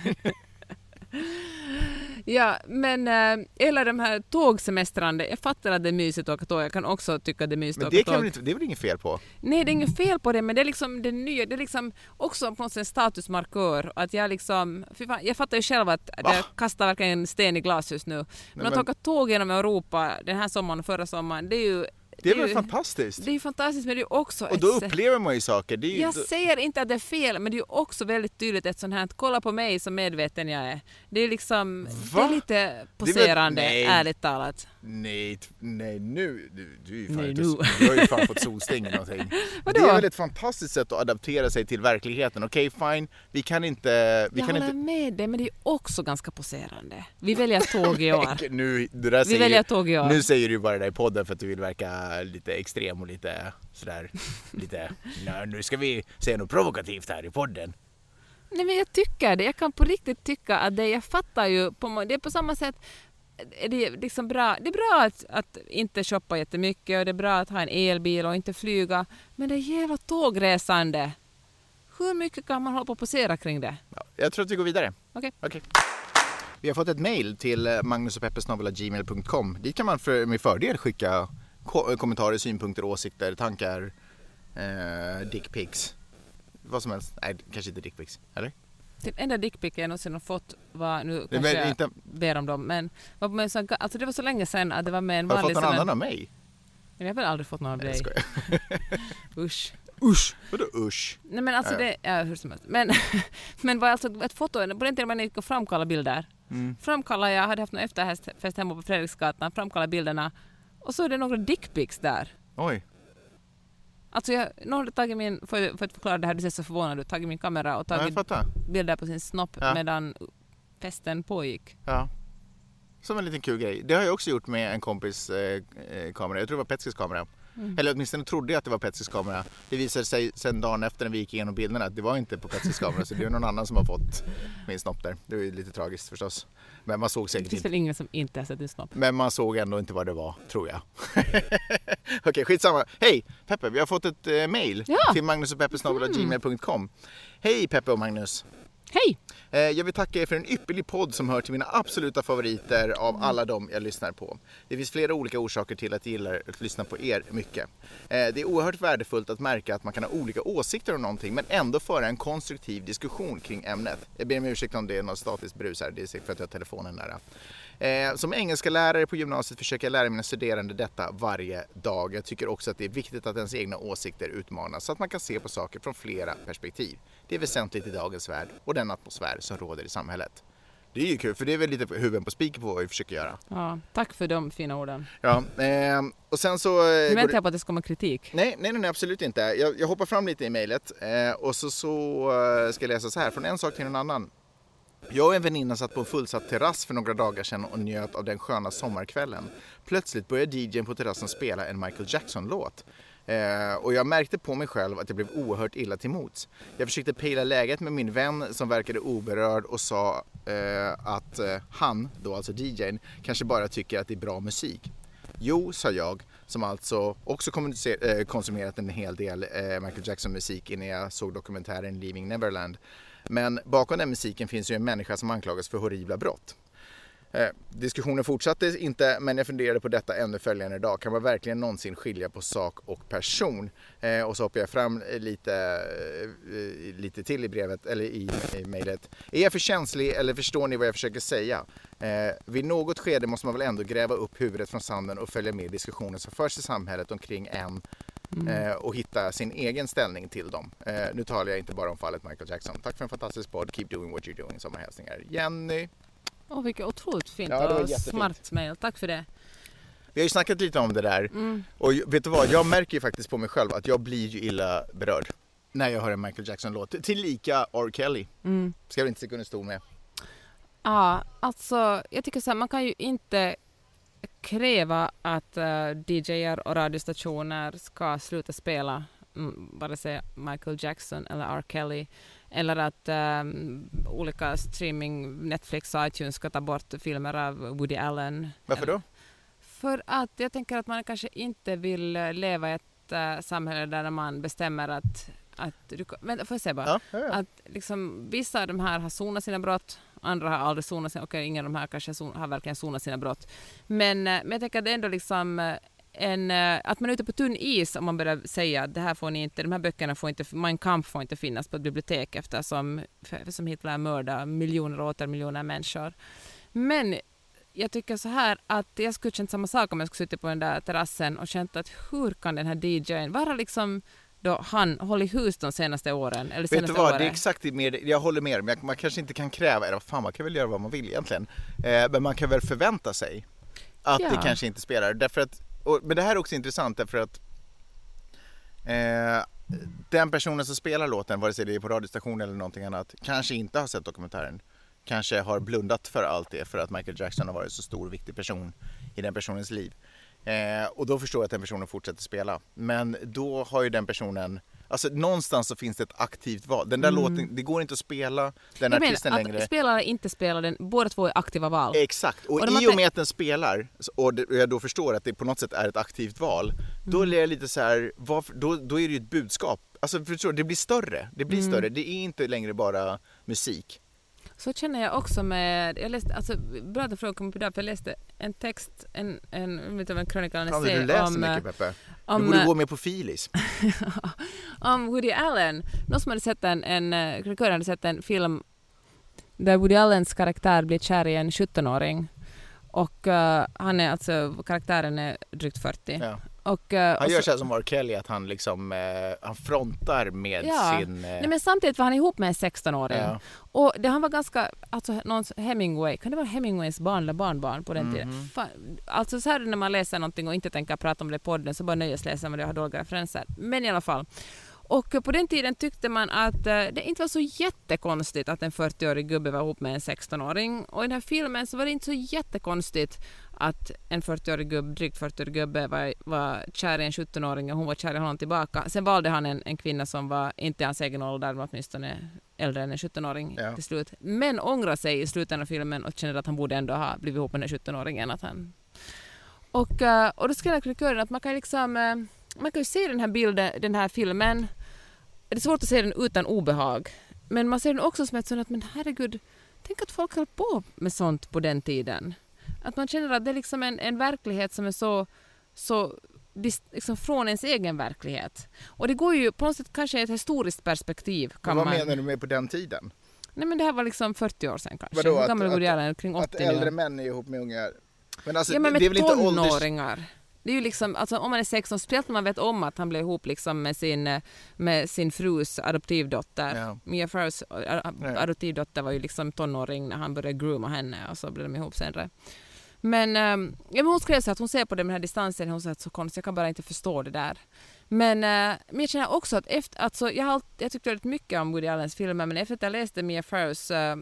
S3: Ja, men eller de här tågsemestrande, jag fattar att det är mysigt att åka tåg, jag kan också tycka att det är mysigt att åka tåg.
S2: Det är väl inget fel på?
S3: Nej, det är inget fel på det, men det är liksom det nya, det är liksom också på något sätt en statusmarkör, att jag liksom, jag fattar ju själv att jag kastar verkligen en sten i glashus nu, men att åka tåg genom Europa den här sommaren och förra sommaren, det är ju...
S2: Det är väl fantastiskt?
S3: Det är fantastiskt, men det är också...
S2: Och då upplever man ju saker. Det är ju...
S3: Jag säger inte att det är fel, men det är också väldigt tydligt ett sånt här att kolla på mig så medveten jag är. Det är liksom...
S2: Va?
S3: Det är lite poserande, ärligt talat.
S2: Nej, nu... Du har ju fan fått solsting eller någonting.
S3: Vadå?
S2: Det är väl ett fantastiskt sätt att adaptera sig till verkligheten. Okej, fine. Vi kan inte...
S3: Jag håller med dig, men det är också ganska poserande. Vi väljer tåg i år.
S2: Väljer tåg i år. Nu säger du bara det i podden för att du vill verka lite extrem och lite sådär, nu ska vi säga något provokativt här i podden.
S3: Nej, men jag tycker det. Jag kan på riktigt tycka att jag fattar ju, det är på samma sätt, det är liksom bra. Det är bra att inte shoppa jättemycket och det är bra att ha en elbil och inte flyga, men det är jävla tågresande. Hur mycket kan man hålla på att posera kring det?
S2: Ja, jag tror att vi går vidare.
S3: Okej.
S2: Vi har fått ett mejl till magnusochpeppes@gmail.com. Dit kan man med fördel skicka kommentarer, synpunkter, åsikter, tankar, dickpics. Vad som helst. Nej, kanske inte dickpics, eller?
S3: Den enda dickpic jag någonsin har fått var, nu kanske jag inte ber om dem, men var på med alltså det var så länge sedan att det var med en vanlig...
S2: Har du fått någon annan av mig?
S3: Jag har väl aldrig fått någon av dig.
S2: Usch. Vadå usch?
S3: Nej, men alltså det är hur som helst. Men var alltså ett foto, på den tiden man gick och framkalla bilder. Framkalla, jag hade haft någon efterfest hemma på Fredriksgatan, framkalla bilderna. Och så är det några dickpics där.
S2: Oj.
S3: Alltså någon hade tagit för att förklara det här, du ser så förvånad ut, tagit min kamera och tagit bilder på sin snopp medan festen pågick. Ja.
S2: Som en liten kul grej. Det har jag också gjort med en kompis kamera. Jag tror det var Petskis kamera. Eller åtminstone trodde jag att det var Petskis kamera. Det visade sig sen dagen efter när vi gick igenom bilderna att det var inte på Petskis kamera, så det är någon annan som har fått min snopp där. Det var ju lite tragiskt förstås. Men man såg säkert inte.
S3: Det finns väl ingen som inte har sett din snopp.
S2: Men man såg ändå inte vad det var, tror jag. Okej, skitsamma. Hej Peppe, vi har fått ett mejl till magnusochpeppes@gmail.com. Hej Peppe och Magnus.
S3: Hej!
S2: Jag vill tacka er för en ypperlig podd som hör till mina absoluta favoriter av alla dem jag lyssnar på. Det finns flera olika orsaker till att jag gillar att lyssna på er mycket. Det är oerhört värdefullt att märka att man kan ha olika åsikter om någonting men ändå föra en konstruktiv diskussion kring ämnet. Jag ber om ursäkt om det är något statiskt brus här, det är säkert för att jag har telefonen nära. Som engelska lärare på gymnasiet försöker jag lära mina studerande detta varje dag. Jag tycker också att det är viktigt att ens egna åsikter utmanas så att man kan se på saker från flera perspektiv. Det är väsentligt i dagens värld och den atmosfär som råder i samhället. Det är ju kul, för det är väl lite huvuden på spiken på vad vi försöker göra.
S3: Ja, tack för de fina orden.
S2: Ja, och sen så...
S3: Nu väntar jag på att det ska komma kritik.
S2: Nej, absolut inte. Jag hoppar fram lite i mejlet och så ska jag läsa så här, från en sak till en annan. Jag och en väninna satt på en fullsatt terrass för några dagar sedan och njöt av den sköna sommarkvällen. Plötsligt började DJ:n på terrassen spela en Michael Jackson-låt. Och jag märkte på mig själv att jag blev oerhört illa till mots. Jag försökte pejla läget med min vän som verkade oberörd och sa att han, då alltså DJ:n, kanske bara tycker att det är bra musik. Jo, sa jag, som alltså också konsumerat en hel del Michael Jackson-musik innan jag såg dokumentären Leaving Neverland. Men bakom den musiken finns ju en människa som anklagas för horribla brott. Diskussionen fortsatte inte, men jag funderade på detta ännu följande dag. Kan man verkligen någonsin skilja på sak och person? Och så hoppar jag fram lite till i brevet, eller i mejlet. Är jag för känslig eller förstår ni vad jag försöker säga? Vid något skede måste man väl ändå gräva upp huvudet från sanden och följa med i diskussionen som förs i samhället omkring en och hitta sin egen ställning till dem. Nu talar jag inte bara om fallet Michael Jackson. Tack för en fantastisk podd. Keep doing what you're doing. Sommarhälsningar. Jenny.
S3: Vilket otroligt fint
S2: och
S3: smart mail. Tack för det.
S2: Vi har ju snackat lite om det där. Och vet du vad, jag märker ju faktiskt på mig själv att jag blir ju illa berörd när jag hör en Michael Jackson-låt. Tillika R. Kelly. Ska vi inte sticka under stol med.
S3: Ja, alltså jag tycker så här, man kan ju inte kräva att DJ:ar och radiostationer ska sluta spela vare sig Michael Jackson eller R. Kelly, eller att olika streaming, Netflix och iTunes ska ta bort filmer av Woody Allen.
S2: Varför då?
S3: För att jag tänker att man kanske inte vill leva i ett samhälle där man bestämmer att vänta, får jag säga bara?
S2: Ja.
S3: Att liksom, vissa av de här har sonat sina brott, andra har aldrig sonat sina, okej, ingen av de här kanske har verkligen sonat sina brott. Men jag tänker att det är ändå liksom att man är ute på tunn is om man börjar säga att det här får ni inte, de här böckerna får inte, Mein Kampf får inte finnas på ett bibliotek eftersom Hitler mördar miljoner och åter miljoner människor. Men jag tycker så här att jag skulle känt samma sak om jag skulle sitta på den där terrassen och känt att hur kan den här DJ:n vara liksom då han håller hus de senaste åren eller senaste
S2: Vet du vad,
S3: året.
S2: det är exakt det, jag håller med men man kanske inte kan kräva, eller fan, man kan väl göra vad man vill egentligen. Men man kan väl förvänta sig att det kanske inte spelar. Därför att, men det här är också intressant därför att den personen som spelar låten, vare sig det är på radiostation eller någonting annat, kanske inte har sett dokumentären. Kanske har blundat för allt det för att Michael Jackson har varit så stor och viktig person i den personens liv. Och då förstår jag att den personen fortsätter spela. Men då har ju den personen, alltså någonstans så finns det ett aktivt val. Den där låten, det går inte att spela den artisten längre.
S3: Att spela eller inte spela den, båda två är aktiva val.
S2: Exakt, och i och med att den spelar och jag då förstår att det på något sätt är ett aktivt val, då är jag lite så här, då är det ju ett budskap. Alltså förstår, det blir större, det är inte längre bara musik.
S3: Så känner jag också med, jag läste, alltså bra att frågan kom på det, för jag läste en text, en krönika, en
S2: essay om... Du läser mycket, Peppe. Du borde gå med på Filis.
S3: Om Woody Allen. Någon som hade sett krönikören hade sett en film där Woody Allens karaktär blir kär i en 17-åring. Och han är alltså, karaktären är drygt 40. Ja.
S2: Han gör så här som R. Kelly, att han liksom han frontar med sin...
S3: Nej, men samtidigt var han ihop med en 16-åring. Ja. Och han var ganska, alltså någons Hemingway, kan det vara Hemingways barn eller barnbarn på den tiden? Alltså så här när man läser någonting och inte tänker prata om det i podden, så bara nöjesläser man det och har dåliga referenser. Men i alla fall. Och på den tiden tyckte man att det inte var så jättekonstigt att en 40-årig gubbe var ihop med en 16-åring. Och i den här filmen så var det inte så jättekonstigt att en 40-årig gubbe, drygt 40-årig gubbe var kär i en 17-åring och hon var kär i honom tillbaka. Sen valde han en kvinna som var inte hans egen ålder, men åtminstone äldre än en 17-åring till slut. Men ångrade sig i slutet av filmen och kände att han borde ändå ha blivit ihop med den 17-åringen. Och då skrev jag kritikören att man kan liksom... Man kan ju se den här bilden, den här filmen. Det är svårt att se den utan obehag. Men man ser den också som ett sånt att, men herregud, tänk att folk höll på med sånt på den tiden. Att man känner att det är liksom en verklighet som är så liksom från ens egen verklighet. Och det går ju på något sätt kanske i ett historiskt perspektiv.
S2: Vad menar du med på den tiden?
S3: Nej, men det här var liksom 40 år sedan kanske.
S2: Vadå,
S3: kring 80
S2: att äldre män är ihop med ungar?
S3: Men alltså, men med det är väl tonåringar? Inte det är ju liksom, alltså om man är 16, speciellt när man vet om att han blev ihop liksom med sin frus adoptivdotter. Ja. Mia Farrows adoptivdotter var ju liksom tonåring när han började grooma henne och så blev de ihop senare. Men hon skrev så att hon ser på det med den här distansen, hon sa att så konstigt, jag kan bara inte förstå det där. Men jag känner också att jag tyckte väldigt mycket om Woody Allens filmer, men efter att jag läste Mia Farrows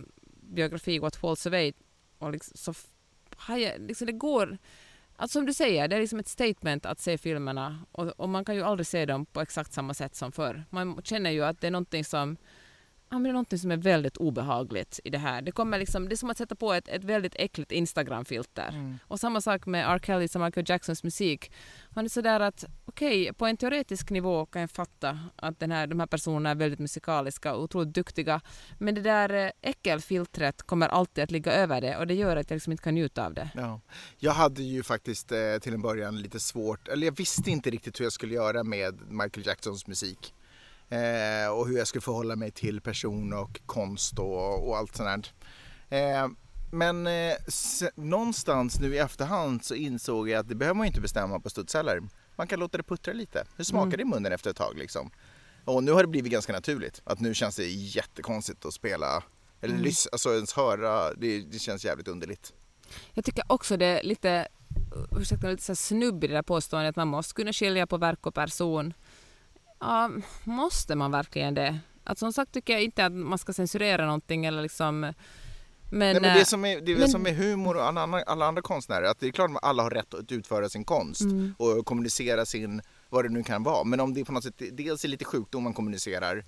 S3: biografi What Falls Away och liksom, så har jag, liksom det går, att som du säger, det är liksom ett statement att se filmerna och man kan ju aldrig se dem på exakt samma sätt som förr. Man känner ju att det är någonting som det är någonting som är väldigt obehagligt i det här. Det kommer liksom, det är som att sätta på ett väldigt äckligt Instagram-filter. Och samma sak med R. Kellys och Michael Jacksons musik. Man är sådär att okej, på en teoretisk nivå kan jag fatta att de här personerna är väldigt musikaliska och otroligt duktiga. Men det där äckelfiltret kommer alltid att ligga över det och det gör att jag liksom inte kan njuta av det.
S2: Ja. Jag hade ju faktiskt till en början lite svårt, eller jag visste inte riktigt hur jag skulle göra med Michael Jacksons musik. Och hur jag skulle förhålla mig till person och konst och allt sånt där. Men någonstans nu i efterhand så insåg jag att det behöver man inte bestämma på studsceller. Man kan låta det puttra lite. Hur smakar det i munnen efter ett tag liksom? Och nu har det blivit ganska naturligt. Att nu känns det jättekonstigt att spela eller alltså ens höra. Det känns jävligt underligt.
S3: Jag tycker också det är lite så snubb i det där påståendet att man måste kunna skilja på verk och person. Ja, måste man verkligen det? Att som sagt tycker jag inte att man ska censurera någonting eller liksom... Men
S2: det som är humor och alla andra konstnärer, att det är klart att alla har rätt att utföra sin konst och kommunicera sin, vad det nu kan vara. Men om det på något sätt, dels är lite sjukdom man kommunicerar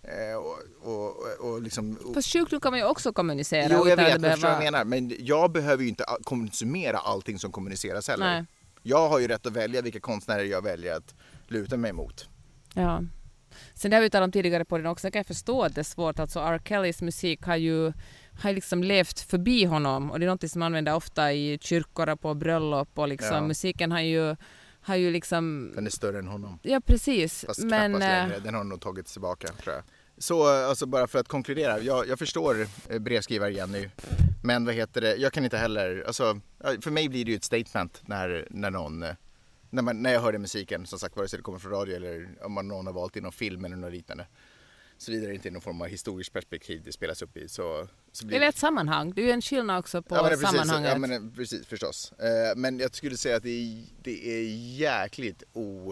S2: och liksom...
S3: Fast sjukdom kan man ju också kommunicera.
S2: Jo, jag vet vad jag menar, men jag behöver ju inte konsumera allting som kommuniceras heller. Nej. Jag har ju rätt att välja vilka konstnärer jag väljer att luta mig mot.
S3: Ja. Sen det har vi talat om tidigare på den också. Jag kan förstå att det är svårt. Alltså R. Kellys musik har liksom levt förbi honom. Och det är något som man använder ofta i kyrkor och på bröllop. Och liksom, musiken har ju liksom... Den
S2: är större än honom.
S3: Ja, precis.
S2: Fast men längre. Den har nog tagit tillbaka, tror jag. Så alltså, bara för att konkludera. Jag förstår brevskrivare Jenny. Men vad heter det? Jag kan inte heller... Alltså, för mig blir det ju ett statement när någon... När jag hör den musiken, som sagt, vare sig det kommer från radio eller om någon har valt i någon film eller något liknande. Så vidare inte i någon form av historiskt perspektiv det spelas upp i. Så blir
S3: det är ett sammanhang. Det är ju en skillnad också på sammanhanget.
S2: Ja, men precis, förstås. Men jag skulle säga att det är jäkligt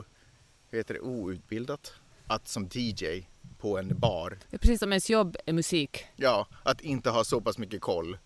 S2: outbildat att som DJ på en bar.
S3: Det är precis som ens jobb är musik.
S2: Ja, att inte ha så pass mycket koll.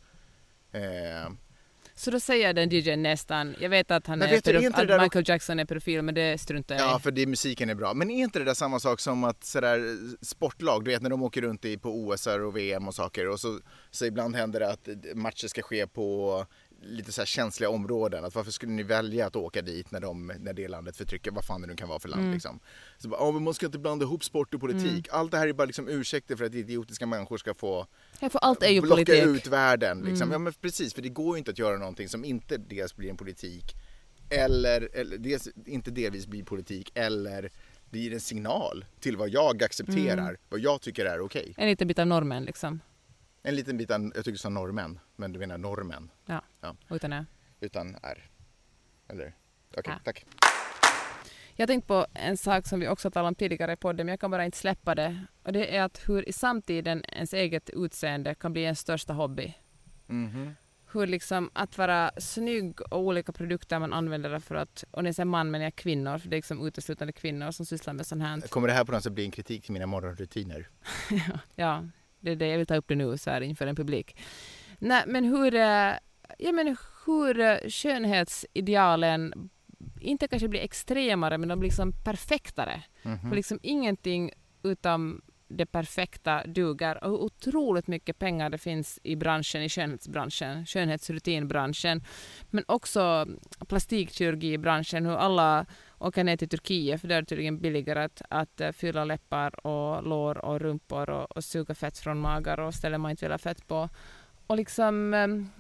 S3: Så då säger den DJ nästan, jag vet att Michael Jackson är pedofil, men det struntar jag i.
S2: Ja, för musiken är bra. Men är inte det där samma sak som att sådär, sportlag, du vet när de åker runt på OS och VM och saker och så ibland händer det att matcher ska ske på lite så här känsliga områden. Att varför skulle ni välja att åka dit när det landet förtrycker, vad fan det nu kan vara för land liksom. Så bara, men man ska inte blanda ihop sport och politik. Allt det här är bara liksom ursäkter för att idiotiska människor ska få
S3: allt är ju
S2: blocka
S3: politik.
S2: Ut världen liksom. Ja men precis, för det går ju inte att göra någonting som inte dels blir en politik eller dels inte delvis blir politik eller blir en signal till vad jag accepterar, vad jag tycker är okej.
S3: En liten bit av normen liksom.
S2: En liten bit av, jag tycker du sa normen, men du menar normen.
S3: Ja. Utan R.
S2: Utan R. Eller? Okej, tack.
S3: Jag tänkte på en sak som vi också talade om tidigare i podden, men jag kan bara inte släppa det. Och det är att hur i samtiden ens eget utseende kan bli en största hobby. Hur liksom att vara snygg och olika produkter man använder för att, och det är man men jag är kvinnor, för det är liksom uteslutande kvinnor som sysslar med sånt här.
S2: Kommer det här på något sätt bli en kritik till mina morgonrutiner?
S3: Ja. Det är det jag vill ta upp det nu så här inför en publik. Nej, men hur skönhetsidealen inte kanske blir extremare, men de blir liksom perfektare. För liksom ingenting utan det perfekta duger. Och otroligt mycket pengar det finns i branschen, i skönhetsbranschen, skönhetsrutinbranschen, men också plastikkirurgibranschen, hur alla åker ner till Turkiet för det är tydligen billigare att fylla läppar och lår och rumpor och suga fett från magar och ställen man inte vill ha fett på. Och liksom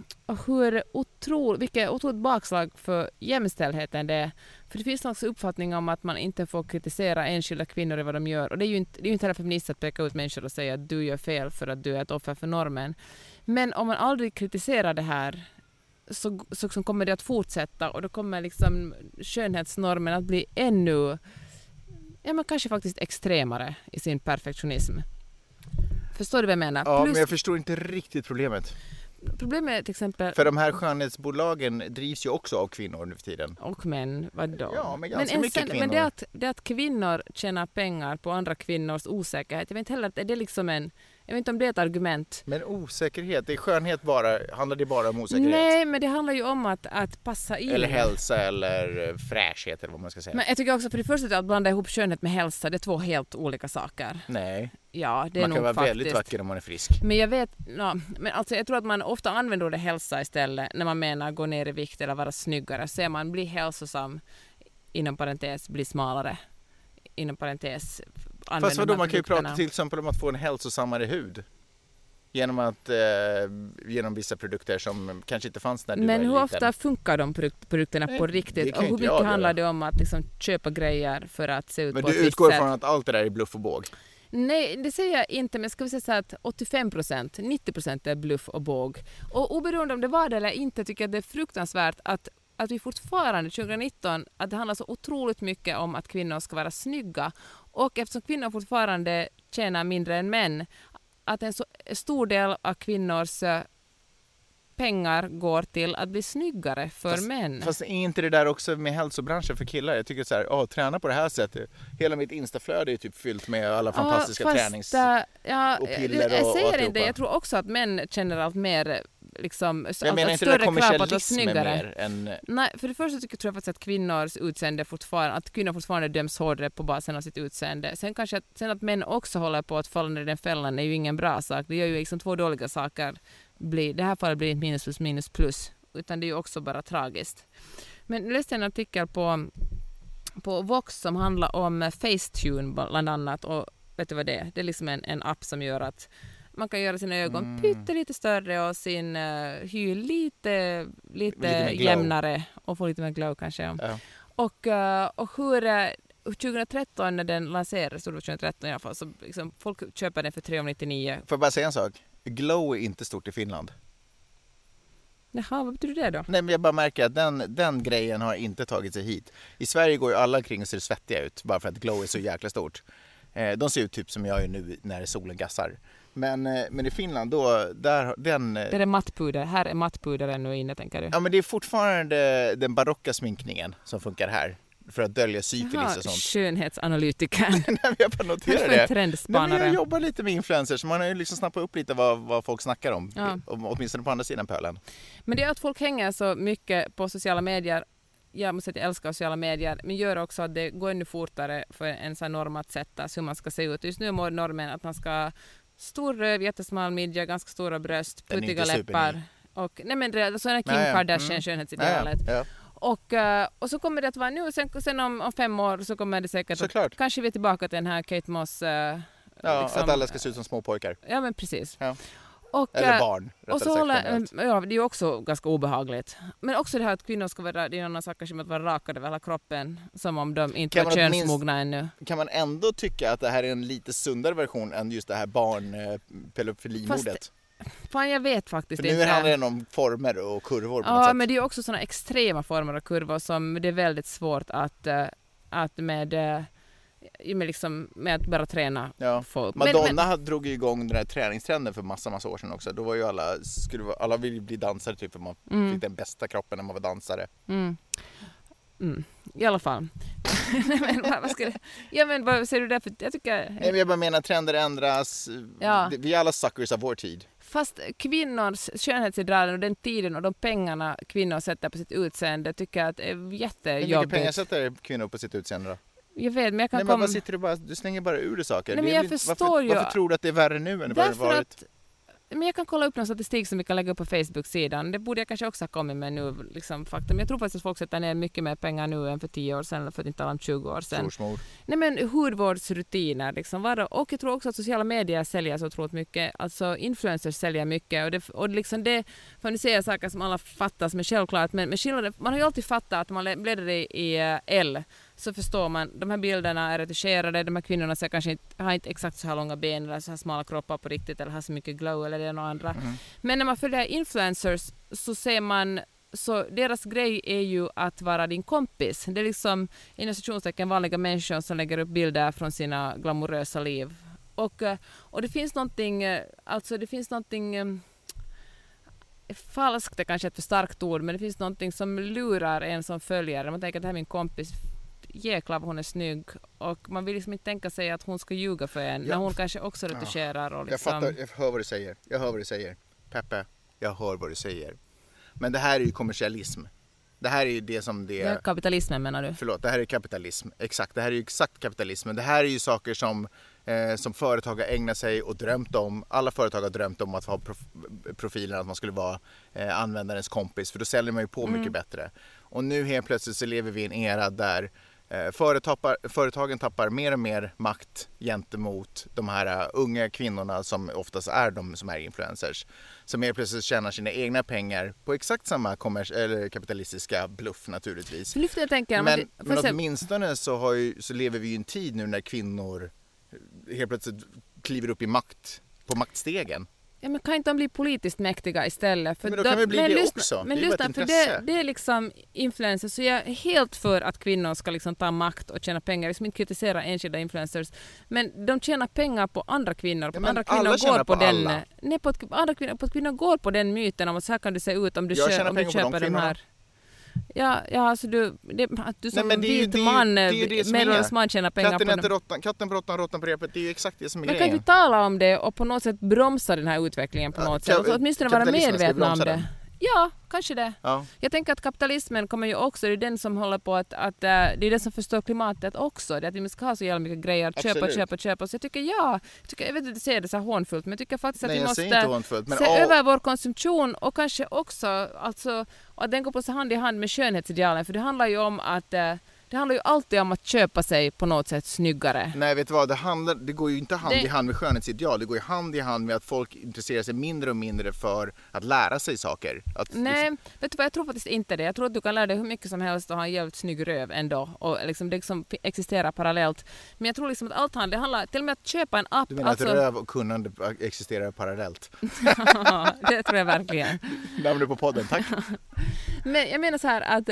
S3: vilket otroligt bakslag för jämställdheten det är. För det finns också uppfattning om att man inte får kritisera enskilda kvinnor i vad de gör. Och det är ju inte heller feminist att peka ut människor och säga att du gör fel för att du är ett offer för normen. Men om man aldrig kritiserar det här så kommer det att fortsätta och då kommer liksom skönhetsnormen att bli ännu, men kanske faktiskt extremare i sin perfektionism. Förstår du vad jag menar?
S2: Ja, men jag förstår inte riktigt problemet.
S3: Problemet är till exempel...
S2: För de här skönhetsbolagen drivs ju också av kvinnor nu för tiden.
S3: Och män, vadå?
S2: Ja, men ganska mycket kvinnor.
S3: Men det att kvinnor tjänar pengar på andra kvinnors osäkerhet, jag vet inte heller att är det liksom Jag vet inte om det är ett argument.
S2: Men osäkerhet, det är skönhet bara, handlar det bara om osäkerhet?
S3: Nej, men det handlar ju om att passa in.
S2: Eller hälsa eller fräschhet eller vad man ska säga.
S3: Men jag tycker också för det första att blanda ihop skönhet med hälsa, det är 2 helt olika saker.
S2: Nej,
S3: Ja, det är
S2: man
S3: nog
S2: kan vara
S3: faktiskt
S2: väldigt vacker om man är frisk.
S3: Men jag vet, men alltså jag tror att man ofta använder ordet hälsa istället när man menar gå ner i vikt eller vara snyggare. Så man blir hälsosam, inom parentes bli smalare, inom parentes använda.
S2: Fast vadå, man kan ju prata till exempel om att få en hälsosammare hud. Genom vissa produkter som kanske inte fanns när du var
S3: liten. Men hur
S2: liten.
S3: ofta funkar de produkterna på riktigt? Och hur mycket handlar det om att liksom köpa grejer för att se ut
S2: men
S3: på ett visst sätt?
S2: Men du utgår från att allt det där är bluff och båg?
S3: Nej, det säger jag inte, men ska vi säga så att 85%, 90% är bluff och båg. Och oberoende om det var det eller inte tycker jag det är fruktansvärt att vi fortfarande 2019, att det handlar så otroligt mycket om att kvinnor ska vara snygga. Och eftersom kvinnor fortfarande tjänar mindre än män, att en så stor del av kvinnors pengar går till att bli snyggare för män.
S2: Fast är inte det där också med hälsobranschen för killar? Jag tycker så här, träna på det här sättet. Hela mitt instaflöde är typ fyllt med alla fantastiska tränings och piller och
S3: jag säger
S2: och
S3: inte, jag tror också att män känner allt mer liksom,
S2: jag menar inte
S3: större
S2: det
S3: krav på att vara snyggare.
S2: Mer än...
S3: Nej, för det första tror jag faktiskt att kvinnors utseende att kvinnor fortfarande döms hårdare på basen av sitt utseende. Sen kanske att män också håller på att falla ner i den fällan är ju ingen bra sak. Det gör ju liksom 2 dåliga saker. Det här fallet blir inte minus plus minus plus, utan det är ju också bara tragiskt. Men jag läste en artikel på Vox som handlar om Facetune bland annat, och vet du vad det är? Det är liksom en app som gör att man kan göra sina ögon lite större och sin hy lite jämnare och få lite mer glow kanske. Ja. Och hur 2013 när den lanserades, 2013 i alla fall, så liksom, folk köper den för 399.
S2: Får jag bara säga en sak? Glow är inte stort i Finland.
S3: Jaha, vad betyder det då?
S2: Nej, men jag bara märker att den grejen har inte tagit sig hit. I Sverige går ju alla kring och ser svettiga ut bara för att glow är så jäkla stort. De ser ut typ som jag är nu när solen gassar. Men i Finland då, där är det
S3: mattpuder. Här är mattpuder ännu inne, tänker du?
S2: Ja, men det är fortfarande den barocka sminkningen som funkar här. För att dölja syfilis och sånt.
S3: Skönhetsanalytikern.
S2: Nej, jag bara noterar det.
S3: Trendspanare.
S2: Nej, men jag jobbar lite med influencers, så man har ju liksom snappat upp lite vad folk snackar om. Ja. Åtminstone på andra sidan pölen.
S3: Men det är att folk hänger så mycket på sociala medier. Jag måste säga att jag älskar sociala medier, men gör också att det går ännu fortare för en sån norm att sätta hur man ska se ut. Just nu är normen att man ska ha stor röv, jättesmal midja, ganska stora bröst, puttiga läppar. Och, nej men så är Kim Kardashian skönhetsidealet. Ja. Och så kommer det att vara nu, sen om 5 år så kommer det säkert att, kanske vi är tillbaka till den här Kate Moss.
S2: Liksom, att alla ska se ut som små pojkar.
S3: Ja, men precis.
S2: Ja. Eller barn.
S3: Och så det är ju också ganska obehagligt. Men också det här att kvinnor ska vara, det är några saker som att vara rakade över hela kroppen, som om de inte var könsmogna ännu.
S2: Kan man ändå tycka att det här är en lite sundare version än just det här pedofili-mordet?
S3: Fan, jag vet faktiskt inte.
S2: För nu handlar det om former och kurvor på något
S3: sätt.
S2: sätt.
S3: Men det är också sådana extrema former och kurvor som det är väldigt svårt att med att bara träna folk.
S2: Madonna drog ju igång den här träningstrenden för massa år sedan också. Då var ju alla ville bli dansare typ, för man fick den bästa kroppen när man var dansare.
S3: I alla fall. Vad säger du där? För jag tycker...
S2: Jag bara menar, trender ändras. Ja. Vi är alla suckers av vår tid.
S3: Fast kvinnors skönhetsidealen och den tiden och de pengarna kvinnor sätter på sitt utseende tycker jag att är jättejobbigt.
S2: Hur mycket pengar sätter kvinnor på sitt utseende då?
S3: Jag vet, men jag kan
S2: men vad sitter du slänger bara ur dig saker.
S3: Nej, men jag förstår
S2: varför tror du att det är värre nu än vad det varit?
S3: Men jag kan kolla upp någon statistik som vi kan lägga upp på Facebook-sidan. Det borde jag kanske också ha kommit med nu, liksom, faktum. Jag tror faktiskt att folk sätter ner mycket mer pengar nu än för 10 år sedan, eller för att inte tala om 20 år sedan. Nej, men hudvårdsrutiner liksom. Och jag tror också att sociala medier säljer så otroligt mycket. Alltså influencers säljer mycket. Och liksom det, för ni säger saker som alla fattar som är självklart. Men skillnaden, man har ju alltid fattat att man bläddrar i L, så förstår man, de här bilderna är retuscherade, de här kvinnorna har inte exakt så här långa ben eller så här smala kroppar på riktigt eller har så mycket glow eller det något andra. Men när man följer influencers så ser man, så deras grej är ju att vara din kompis. Det är liksom inom situationstecken vanliga människor som lägger upp bilder från sina glamorösa liv. Och det finns någonting, falskt är kanske ett för starkt ord, men det finns någonting som lurar en som följare. Man tänker att det här är min kompis. jäklar vad hon är snygg. Och man vill liksom inte tänka sig att hon ska ljuga för en. När hon kanske också retuscherar. Och liksom...
S2: Jag hör vad du säger. Peppe, jag hör vad du säger. Men det här är ju kommersialism. Det här är ju det som det...
S3: Det är kapitalismen menar du?
S2: Förlåt, det här är kapitalism. Exakt, det här är ju exakt kapitalismen. Det här är ju saker som företag har ägnat sig och drömt om. Alla företag har drömt om att ha profilen att man skulle vara användarens kompis. För då säljer man ju på mycket bättre. Och nu helt plötsligt så lever vi i en era där företagen tappar mer och mer makt gentemot de här unga kvinnorna som oftast är de som är influencers. Som helt plötsligt tjänar sina egna pengar på exakt samma eller kapitalistiska bluff naturligtvis.
S3: Jag tänker,
S2: men åtminstone så lever vi i en tid nu när kvinnor helt plötsligt kliver upp på maktstegen.
S3: Ja, men kan inte de bli politiskt mäktiga istället? För
S2: men då kan vi bli det
S3: lyssna,
S2: också.
S3: Men
S2: det är
S3: lyssna,
S2: ett
S3: för
S2: intresse.
S3: det är liksom influencers. Så jag är helt för att kvinnor ska liksom ta makt och tjäna pengar. Jag ska inte kritisera enskilda influencers. Men de tjänar pengar på andra kvinnor.
S2: Ja,
S3: andra kvinnor
S2: går på den.
S3: Nej, på andra kvinnor går på den myten om att så här kan du se ut om du köper de här. Ja, alltså du som vit man, medelålders man tjänar pengar på dem.
S2: Katten på råttan på repet, det är ju exakt det som är grejen.
S3: Men kan vi tala om det och på något sätt bromsa den här utvecklingen på något sätt? Alltså, åtminstone vara medvetna om det. Ja, kanske det. Ja. Jag tänker att kapitalismen kommer ju också, det är den som håller på att det är den som förstör klimatet också. Det är att vi ska ha så jävla mycket grejer, köpa. Så jag tycker jag vet inte, ser det så här hånfullt, men jag tycker faktiskt att vi måste se över vår konsumtion och kanske också alltså, att den går på så hand i hand med skönhetsidealen. För det handlar ju om att det handlar ju alltid om att köpa sig på något sätt snyggare.
S2: Nej, vet du vad? Det går ju inte hand i hand med skönhetsideal. Det går ju hand i hand med att folk intresserar sig mindre och mindre för att lära sig saker.
S3: Nej, vet du vad? Jag tror faktiskt inte det. Jag tror att du kan lära dig hur mycket som helst och ha en jävligt snygg röv ändå. Och liksom det liksom existerar parallellt. Men jag tror liksom att allt det handlar till och med att köpa en app.
S2: Du menar att röv och kunnande existerar parallellt?
S3: Det tror jag verkligen.
S2: Namnet på podden, tack.
S3: Men jag menar så här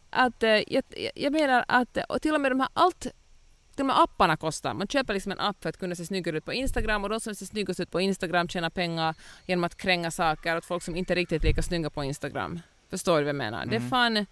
S3: jag menar att och till och med de här apparna kostar. Man köper liksom en app för att kunna se snyggare ut på Instagram och de som ser snyggast ut på Instagram tjänar pengar genom att kränga saker åt folk som inte är riktigt lika snygga på Instagram. Förstår du vad jag menar? Det är fan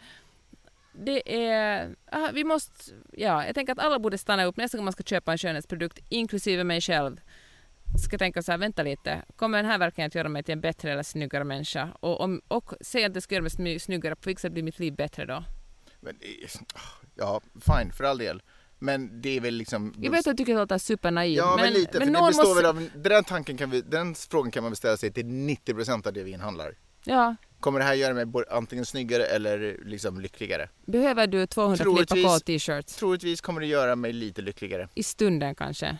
S3: vi måste jag tänker att alla borde stanna upp nästa gång man ska köpa en skönhetsprodukt inklusive mig själv. Ska tänka så här, vänta lite. Kommer den här verkligen att göra mig till en bättre eller snyggare människa? Och säga att det ska göra mig snyggare, på vilket sätt blir mitt liv bättre då?
S2: Men, ja, fine, för all del. Men det är väl liksom...
S3: Jag vet att du tycker att det låter supernaiv.
S2: Ja, men lite. Men för det består väl av... Den frågan kan man beställa sig till 90% av det vi inhandlar.
S3: Ja.
S2: Kommer det här göra mig antingen snyggare eller liksom lyckligare?
S3: Behöver du 200 flippa på t-shirts?
S2: Troligtvis kommer det göra mig lite lyckligare.
S3: I stunden kanske?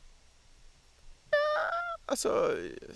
S2: Alltså...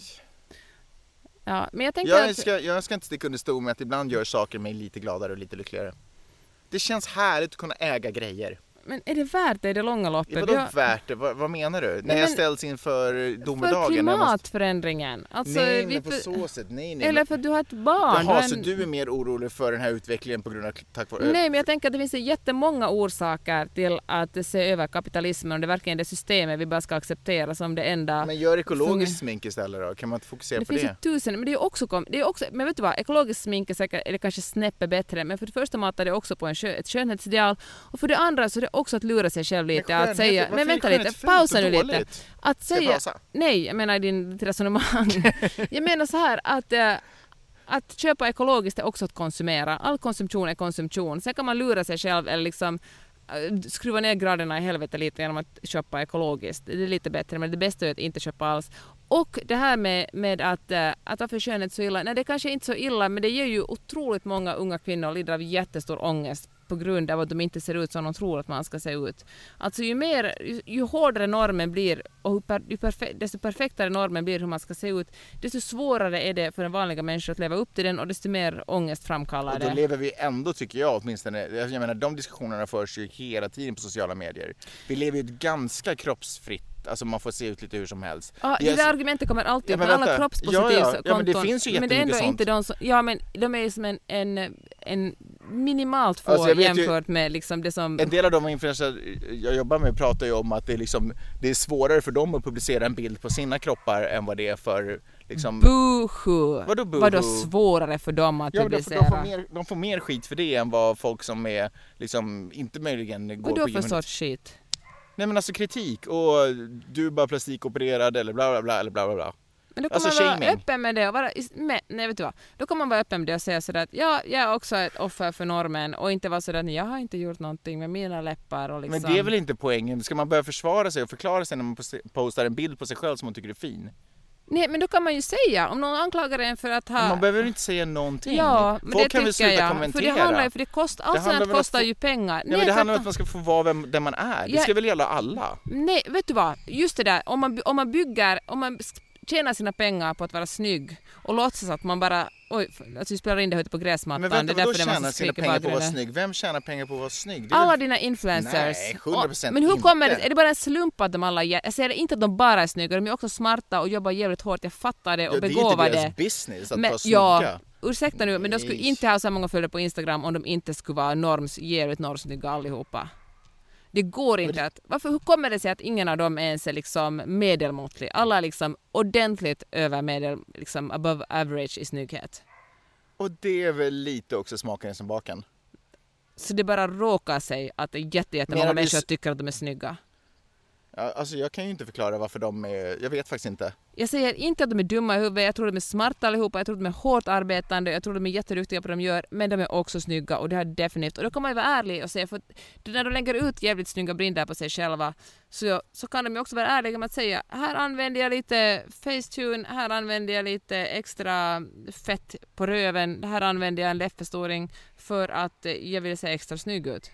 S3: Ja, men jag tänker
S2: jag ska inte sticka under stol med att ibland gör saker mig lite gladare och lite lyckligare. Det känns härligt att kunna äga grejer.
S3: Men är det värt det i det långa loppet?
S2: Ja, vadå värt det? Vad menar du? När jag ställs inför domedagen?
S3: För klimatförändringen. Alltså,
S2: nej, men på så sätt. Nej.
S3: Eller för att du har ett barn.
S2: Jaha, så du är mer orolig för den här utvecklingen på grund av
S3: Nej, men jag tänker att det finns jättemånga orsaker till att se över kapitalismen och det är verkligen det systemet vi bara ska acceptera som det enda.
S2: Men gör ekologiskt smink istället då? Kan man inte fokusera på det?
S3: Det finns 1000, men det är också men vet du vad, ekologiskt smink är säkert, eller kanske snäppet bättre, men för det första matar det också på ett skönhetsideal och för det andra så är det också att lura sig själv lite att säga, men vänta lite, pausa nu lite. Att säga, nej, jag menar ditt resonemang. Jag menar så här att köpa ekologiskt är också att konsumera. All konsumtion är konsumtion. Sen kan man lura sig själv eller liksom skruva ner graderna i helvete lite genom att köpa ekologiskt. Det är lite bättre, men det bästa är att inte köpa alls. Och det här med att varför skönhet så illa, nej det kanske inte så illa, men det ger ju otroligt många unga kvinnor lider av jättestor ångest på grund av att de inte ser ut som de tror att man ska se ut. Alltså ju hårdare normen blir och desto perfektare normen blir hur man ska se ut, desto svårare är det för en vanliga människa att leva upp till den och desto mer ångest framkallar det.
S2: Och då lever vi ändå, tycker jag åtminstone, jag menar de diskussionerna förs ju hela tiden på sociala medier. Vi lever ju ett ganska kroppsfritt. Alltså man får se ut lite hur som helst.
S3: Ja, det där argumentet kommer alltid upp. Alla kroppspositiva konton.
S2: Ja, men det finns ju
S3: men det är ändå
S2: sånt.
S3: Inte de som... Ja, men de är ju som en minimalt få alltså jämfört med liksom det som...
S2: En del av de influencers jag jobbar med pratar ju om att det är svårare för dem att publicera en bild på sina kroppar än vad det är för liksom...
S3: Boohoo!
S2: Vadå boohoo?
S3: Vadå svårare för dem att publicera?
S2: De får mer skit för det än vad folk som är liksom inte möjligen går på
S3: Vadå för sorts skit?
S2: Nej men alltså kritik och du är bara plastikopererad eller bla bla bla eller bla bla bla.
S3: Men då kan
S2: alltså
S3: man
S2: shaming.
S3: vara öppen med det och vara, nej vet du vad, då kan man vara öppen med det och säga sådär att ja, jag är också ett offer för normen och inte vara sådär att jag har inte gjort någonting med mina läppar och liksom.
S2: Men det är väl inte poängen, ska man börja försvara sig och förklara sig när man postar en bild på sig själv som man tycker är fin?
S3: Nej men då kan man ju säga, om någon anklagar en för att ha...
S2: Men man behöver inte säga någonting.
S3: Ja, men
S2: folk
S3: det
S2: kan väl sluta
S3: jag.
S2: kommentera.
S3: För det handlar ju, för det kostar, allt sånt kostar ju pengar.
S2: Nej, men det handlar om att man ska få vara den man är. Det ska väl gälla alla?
S3: Nej, vet du vad? Just det där, om man tjänar sina pengar på att vara snygg och låtsas att man bara, alltså vi spelar in det ute på gräsmattan.
S2: Men vänta,
S3: det är
S2: då
S3: därför
S2: tjänar sina pengar på att vara snygg? Vem tjänar pengar på att vara snygg?
S3: Alla dina influencers.
S2: Nej, 100%
S3: men hur
S2: inte.
S3: kommer det? Är det bara en slump att de alla... Jag säger inte att de bara är snygga, de är också smarta och jobbar jävligt hårt. Jag fattar det och begåvade.
S2: Det är inte deras business att
S3: men,
S2: vara snygga.
S3: Ja, ursäkta nu, men de skulle inte ha så många följare på Instagram om de inte skulle vara jävligt normsnygga allihopa. Det går inte att... Hur kommer det sig att ingen av dem ens är liksom medelmåttlig? Alla är liksom ordentligt över medel, liksom above average i snygghet.
S2: Och det är väl lite också smaken som baken.
S3: Så det bara råkar sig att det är jättemånga människor tycker att de är snygga.
S2: Ja, alltså jag kan ju inte förklara varför de är... Jag vet faktiskt inte.
S3: Jag säger inte att de är dumma i huvudet, jag tror de är smarta allihopa, jag tror de är hårt arbetande, jag tror de är jätteduktiga på det de gör, men de är också snygga och det har definitivt. Och då kan man ju vara ärlig och säga, för när de lägger ut jävligt snygga bilder på sig själva så kan de ju också vara ärliga med att säga, här använder jag lite Facetune, här använder jag lite extra fett på röven, här använder jag en läppförstoring för att jag vill se extra snygg ut.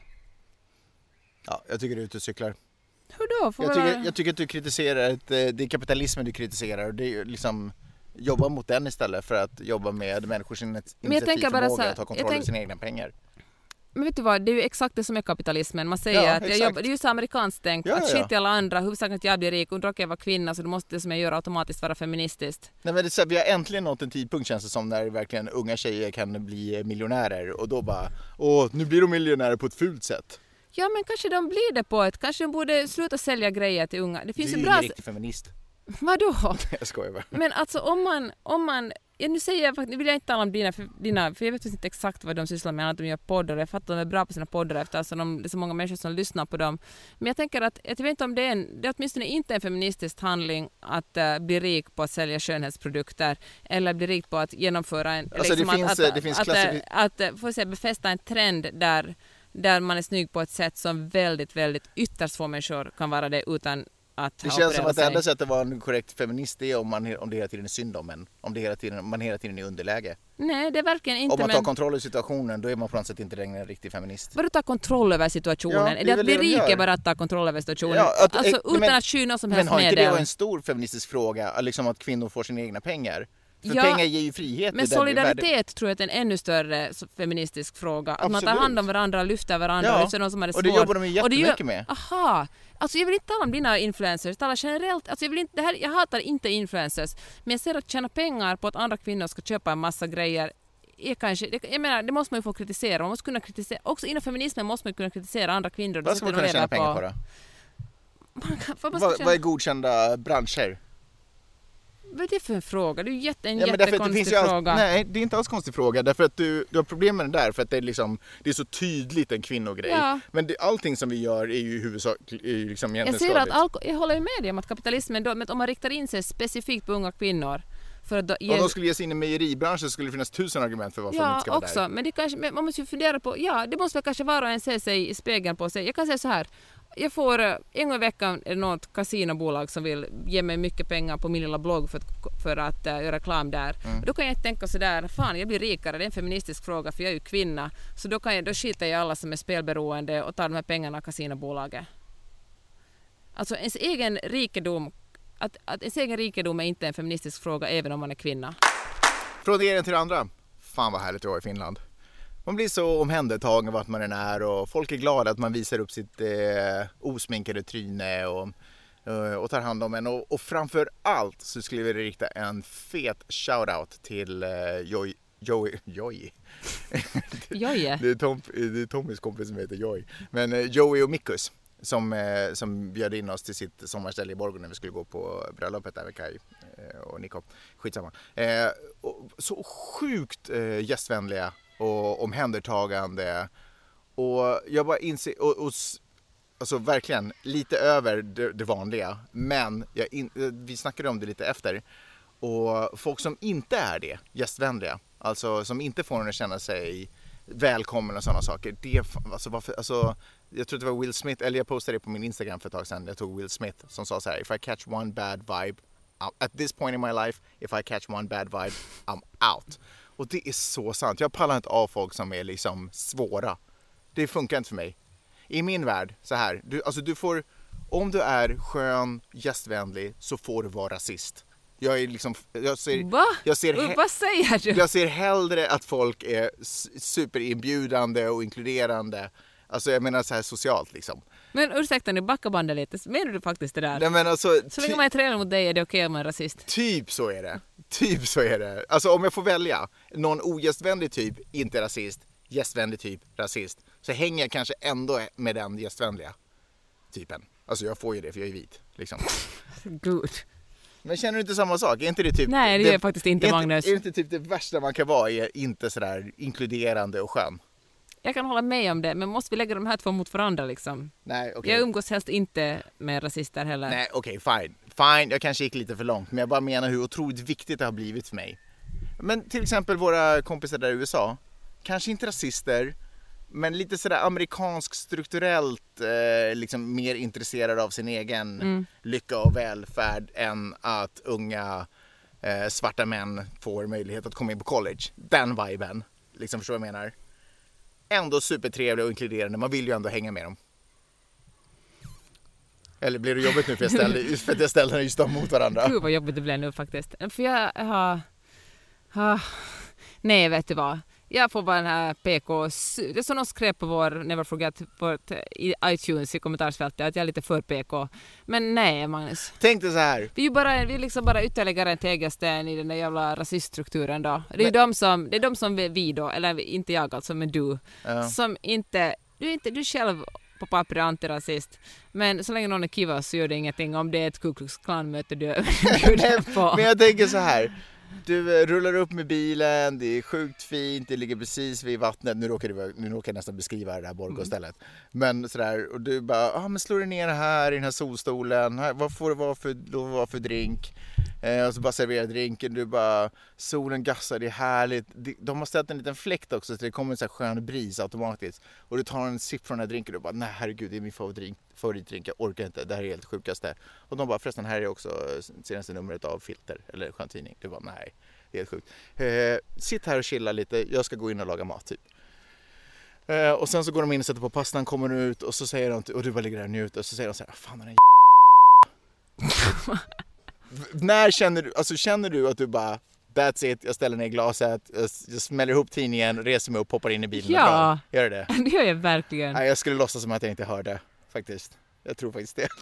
S2: Ja, jag tycker du är ute och cyklar.
S3: Hur då?
S2: Jag tycker att du kritiserar, det är kapitalismen du kritiserar och det är ju liksom jobba mot den istället för att jobba med människors initiativförmåga att ta kontroll över sina egna pengar.
S3: Men vet du vad, det är ju exakt det som är kapitalismen. Man säger att det är ju så amerikanskt tänkt, att skit i alla andra, huvudsaken att jag blir rik och råkar jag vara kvinna så då måste det som jag gör automatiskt vara feministiskt.
S2: Nej men det är så här, vi har äntligen nått en tidpunkt känns det som när verkligen unga tjejer kan bli miljonärer och då bara, nu blir de miljonärer på ett fult sätt.
S3: Ja men kanske de blir det på ett, kanske de borde sluta sälja grejer till unga. Det finns
S2: du är
S3: ju
S2: ju
S3: bra...
S2: en riktig feminist.
S3: Vadå?
S2: Jag skojar bara.
S3: Men alltså om man nu säger jag faktiskt, nu vill jag inte tala om dina för jag vet inte exakt vad de sysslar med, att de gör poddar. Jag fattar att de är bra på sina poddar eftersom det är så många människor som lyssnar på dem. Men jag tänker att, jag vet inte om det är åtminstone inte en feministisk handling att bli rik på att sälja skönhetsprodukter eller bli rik på att genomföra en...
S2: Alltså liksom det finns
S3: att befästa en trend där man är snygg på ett sätt som väldigt, väldigt ytterst få människor kan vara det utan att
S2: det känns som att det enda sättet att vara en korrekt feminist är om det hela tiden är synd om en. Om man hela tiden är i underläge.
S3: Nej, det är verkligen inte.
S2: Om man tar kontroll över situationen, då är man på något sätt inte längre en riktig feminist.
S3: Vadå ta kontroll över situationen?
S2: Ja,
S3: är det att bli rik är bara att ta kontroll över situationen?
S2: Ja,
S3: alltså utan att skyna som helst
S2: men har inte
S3: medel.
S2: det varit en stor feministisk fråga, liksom att kvinnor får sina egna pengar? För pengar ger ju frihet.
S3: Men solidaritet tror jag är en ännu större feministisk fråga. Att man tar hand om varandra, lyfter varandra, lyfter någon som är det svårt.
S2: Och det jobbar de ju jättemycket med.
S3: Aha! Alltså jag vill inte tala om dina influencers, tala generellt. Alltså jag hatar inte influencers. Men jag ser att tjäna pengar på att andra kvinnor ska köpa en massa grejer. Jag menar, det måste man ju få kritisera. Man måste kunna kritisera. Också inom feminismen måste man kunna kritisera andra kvinnor.
S2: Vad ska man kunna tjäna pengar på då? Vad är godkända branscher?
S3: Vad är det för en fråga? Det är ju en jättekonstig fråga.
S2: Nej, det är inte alls en konstig fråga. Därför att du har problem med den där. För att det är så tydligt en kvinnogrej. Ja. Men allting som vi gör är ju i huvudsak liksom egentligen skadligt.
S3: Jag håller ju med dig om att kapitalismen, men om man riktar in sig specifikt på unga kvinnor. För att
S2: om de skulle ge sig in i mejeribranschen skulle det finnas 1000 argument för varför de inte ska vara där.
S3: Men det kanske, man måste ju fundera på, det måste väl kanske vara en se sig i spegeln på sig. Jag kan säga så här. Jag får en gång i veckan något kasinobolag som vill ge mig mycket pengar på min lilla blogg för att göra reklam där. Och då kan jag inte tänka så där, fan jag blir rikare, det är en feministisk fråga för jag är ju kvinna. Så då skiter jag alla som är spelberoende och tar de här pengarna av kasinobolaget. Alltså ens egen rikedom, att ens egen rikedom är inte en feministisk fråga även om man är kvinna.
S2: Från det ena till det andra. Fan vad härligt att vara i Finland. Man blir så omhändertagen vart man än är och folk är glada att man visar upp sitt osminkade tryne och tar hand om en. Och framför allt så skulle vi rikta en fet shoutout till Joy. Det är Tommys kompis som heter Joy. Men Joey och Mikkus som bjöd in oss till sitt sommarställe i Borgå när vi skulle gå på bröllopet där med Kaj. och Nico. Skitsamma. Och så sjukt gästvänliga och omhändertagande. Och jag bara inser, alltså verkligen lite över det vanliga. Men vi snackade om det lite efter. Och folk som inte är det, gästvänliga, alltså som inte får en att känna sig välkommen och sådana saker. Jag tror det var Will Smith, eller jag postade det på min Instagram för ett tag sedan. Jag tog Will Smith som sa så här: if I catch one bad vibe, at this point in my life, if I catch one bad vibe, I'm out. Och det är så sant. Jag pallar inte av folk som är liksom svåra. Det funkar inte för mig. I min värld, så här, du får, om du är skön, gästvänlig, så får du vara rasist. Jag är liksom,
S3: Va?
S2: Vad
S3: säger du?
S2: Jag ser hellre att folk är superinbjudande och inkluderande. Alltså jag menar så här socialt liksom.
S3: Men ursäkta nu, backa bandet lite. Menar du faktiskt det där?
S2: Nej, men alltså,
S3: så länge man är trevlig mot dig är det okej om man är rasist.
S2: Typ så är det. Alltså om jag får välja, någon ogästvänlig typ, inte rasist. Gästvänlig typ, rasist. Så hänger jag kanske ändå med den gästvänliga typen. Alltså jag får ju det för jag är vit liksom.
S3: Good.
S2: Men känner du inte samma sak? Är inte det typ...
S3: Nej, det är faktiskt inte, Magnus.
S2: Är det inte typ det värsta man kan vara, är inte sådär inkluderande och skön?
S3: Jag kan hålla med om det, men måste vi lägga de här två mot varandra liksom?
S2: Nej, okej.
S3: Jag umgås helst inte med rasister heller.
S2: Nej, okej, fine. Jag kanske gick lite för långt, men jag bara menar hur otroligt viktigt det har blivit för mig. Men till exempel våra kompisar där i USA, kanske inte rasister, men lite sådär amerikansk strukturellt liksom mer intresserade av sin egen lycka och välfärd än att unga svarta män får möjlighet att komma in på college. Den viben, liksom, förstår vad jag menar. Ändå supertrevliga och inkluderande, man vill ju ändå hänga med dem. Eller blir det jobbigt nu för att jag ställde just dem mot varandra?
S3: Gud vad jobbigt det blev nu faktiskt. För jag har... Nej, vet du vad? Jag får bara den här PK... Det är som någon skrev på vår Never Forget i iTunes i kommentarsfältet att jag är lite för PK. Men nej, Magnus.
S2: Tänk dig så här.
S3: Vi är liksom bara ytterligare en tegelsten i den där jävla rasiststrukturen då. Det är de som vi då, eller inte jag alltså, men du. Ja. Som inte... Du själv på papper är antirasist. Men så länge någon är kiva så gör det ingenting om det är ett Ku Klux Klan-möte du på.
S2: Men jag tänker så här. Du rullar upp med bilen, det är sjukt fint, det ligger precis vid vattnet. Nu råkar jag nästan beskriva det här Borgå-stället. Men sådär, och du bara, men slår dig ner här i den här solstolen. Vad får det vara för drink? Och så bara serverar drinken, du bara, solen gassar, det är härligt. De har ställt en liten fläkt också så det kommer en sån här skön bris automatiskt. Och du tar en sipp från den här drinken och du bara, nej herregud, det är min favoritdrink, jag orkar inte, det här är helt sjukaste. Och de bara, förresten här är också senaste numret av Filter, eller Skön Tidning. Du bara, nej, det är helt sjukt. Sitt här och chilla lite, jag ska gå in och laga mat typ. Och sen så går de in och sätter på pastan, kommer ut och så säger de, och du bara ligger där och njuter och så säger de så här, fan den När känner du att du bara, that's it, jag ställer ner glaset, jag smäller ihop tidningen, reser mig upp, hoppar in i bilen och drar. Gör det?
S3: Det gör jag verkligen.
S2: Nej, jag skulle låtsas som att jag inte hörde, faktiskt. Jag tror faktiskt det.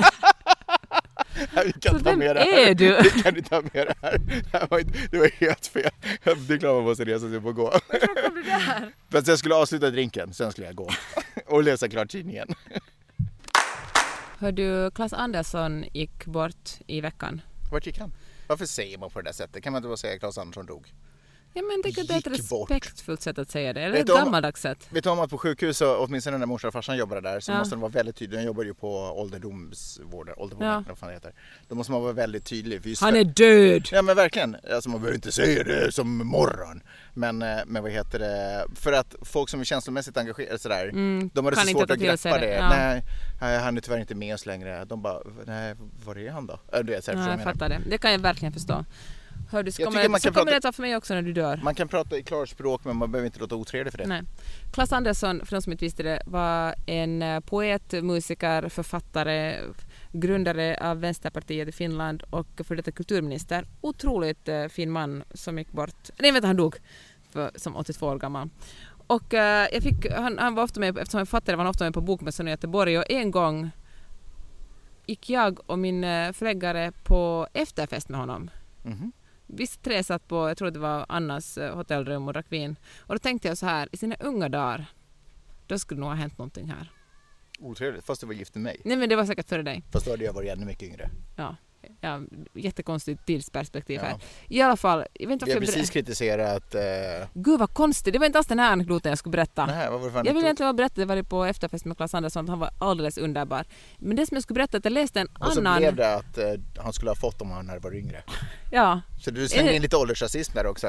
S2: Vi kan ta med det här.
S3: Är du?
S2: Vi kan inte ta med det här. Det var helt fel. Det är klart man måste resa sig upp och gå.
S3: Men klart kom du där.
S2: Fast jag skulle avsluta drinken, sen skulle jag gå. Och läsa klart tidningen.
S3: Hör du, Claes Andersson gick bort i veckan.
S2: Vart gick han? Varför säger man på det där sättet? Kan man inte bara säga att Claes Andersson dog?
S3: Ja, men det är ett respektfullt sätt att säga det. Eller ett gammaldags sätt.
S2: Vet du om att på sjukhus, åtminstone när morsan och farsan jobbade där, så måste de vara väldigt tydliga. De jobbar ju på ålderdomsvården, vad fan det heter. Då måste man vara väldigt tydlig. För
S3: han är död!
S2: Ja, men verkligen. Alltså man behöver inte säga det som morgon. Men vad heter det? För att folk som är känslomässigt engagerade sådär, de har det så svårt att greppa det. Ja. Nej, han är tyvärr inte med oss längre. De bara, nej, var är han då?
S3: Jag fattar det. Det kan jag verkligen förstå. Hör du, kommer det ta för mig också när du dör.
S2: Man kan prata i klarspråk, men man behöver inte låta otrevlig för det.
S3: Nej. Claes Andersson, för de som inte visste det, var en poet, musiker, författare, grundare av Vänsterpartiet i Finland och för detta kulturminister. Otroligt fin man som gick bort. Han dog som 82 år gammal. Och han var ofta med, eftersom jag fattade, var han ofta med på Bokmässan i Göteborg, och en gång gick jag och min förläggare på efterfest med honom. Mm-hmm. Vi tre satt på, jag tror det var Annas hotellrum och drack vin. Och då tänkte jag så här, i sina unga dagar, då skulle nog ha hänt någonting här.
S2: Otrevligt, fast du var gift med mig.
S3: Nej, men det var säkert före dig.
S2: Fast då hade jag varit ännu mycket yngre.
S3: Ja, jättekonstigt tidsperspektiv här. I alla fall, jag vet inte
S2: Vi har precis kritiserat...
S3: Gud vad konstigt, det var inte alls den här anekdoten jag skulle berätta.
S2: Nej, vad var det för
S3: jag vill egentligen bara berätta, det var på efterfest med Claes Andersson, han var alldeles underbar. Men det som jag skulle berätta, att jag läste en
S2: och
S3: annan...
S2: Och så blev det att han skulle ha fått om han hade varit yngre.
S3: Ja.
S2: Så du slängde in lite åldersrasism där också.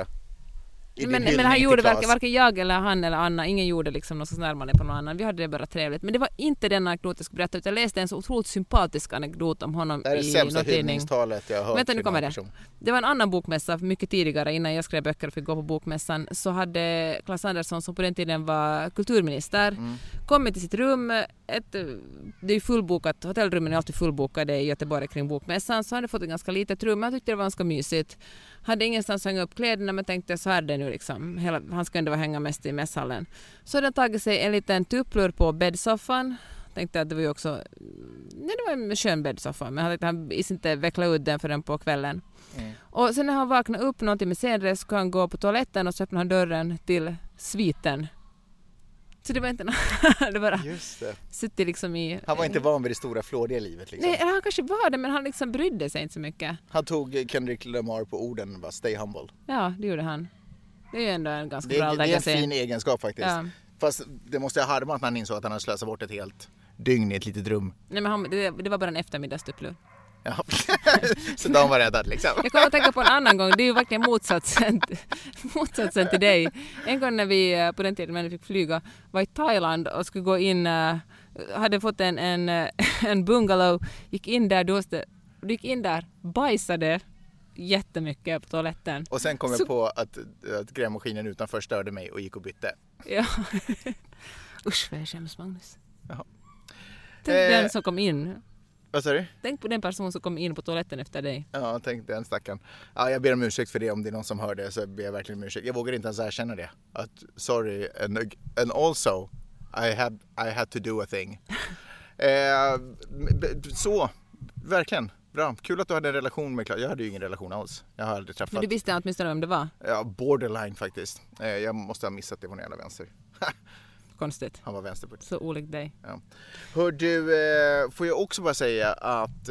S3: Men han gjorde varken jag eller han eller Anna, ingen gjorde liksom något närmare på någon annan. Vi hade det bara trevligt. Men det var inte den anekdoten jag skulle berätta, utan jag läste en så otroligt sympatisk anekdot om honom i någon tidning. Det är det sämsta hyllningstalet jag har hört. Vänta, nu kommer det. Det var en annan bokmässa mycket tidigare, innan jag skrev böcker och fick gå på bokmässan. Så hade Claes Andersson, som på den tiden var kulturminister, kommit till sitt rum. Det är ju fullbokat, hotellrummen är alltid fullbokade i Göteborg kring bokmässan. Så han hade fått ett ganska litet rum. Jag tyckte det var ganska mysigt. Hade ingenstans att hänga upp kläderna, men tänkte så här det nu liksom. Han ska ändå hänga mest i mässhallen. Så hade han tagit sig en liten tupplur på bäddsoffan. Tänkte att det var ju också... Nej, det var en skön bäddsoffa, men han tänkte att han inte veckla ut den förrän på kvällen. Och sen när han vaknade upp någonting med senare, så kan han gå på toaletten och så öppnar han dörren till sviten. Så det var inte det bara sitter liksom i...
S2: Han var inte van vid det stora flådiga livet liksom.
S3: Nej, han kanske var det, men han liksom brydde sig inte så mycket.
S2: Han tog Kendrick Lamar på orden och bara stay humble.
S3: Ja, det gjorde han. Det är ju ändå en ganska bra
S2: läge. Det är en fin egenskap faktiskt. Ja. Fast det måste jag harma att han insåg att han hade slösat bort ett helt dygn i ett litet rum.
S3: Nej, men det var bara en eftermiddagstupplur.
S2: Ja. Så de var räddad liksom.
S3: Jag kommer att tänka på en annan gång. Det är ju verkligen motsatsen till dig. En gång när vi på den tiden när vi fick flyga var i Thailand och skulle gå in, hade fått en bungalow, gick in där, bajsade jättemycket på toaletten.
S2: Och sen kom jag på att grävmaskinen utanför störde mig och gick och bytte.
S3: Ja. Usch, vad jag skäms, Magnus. Jaha. Tänk den som kom in.
S2: Vad sa du?
S3: Tänk på den person som kom in på toaletten efter dig.
S2: Ja, tänk den stackaren. Ja, jag ber om ursäkt för det, om det är någon som hör det, så ber jag verkligen om ursäkt. Jag vågar inte ens erkänna det. Att, sorry, and also I had to do a thing. Så, verkligen. Bra. Kul att du hade en relation med Claes. Jag hade ju ingen relation alls. Jag har aldrig träffat.
S3: Men du visste åtminstone vem det var?
S2: Ja, borderline faktiskt. Jag måste ha missat det, var en jävla vänster.
S3: Konstigt.
S2: Han var vänsterpartist.
S3: Så olikt dig.
S2: Ja. Hör du, får jag också bara säga att...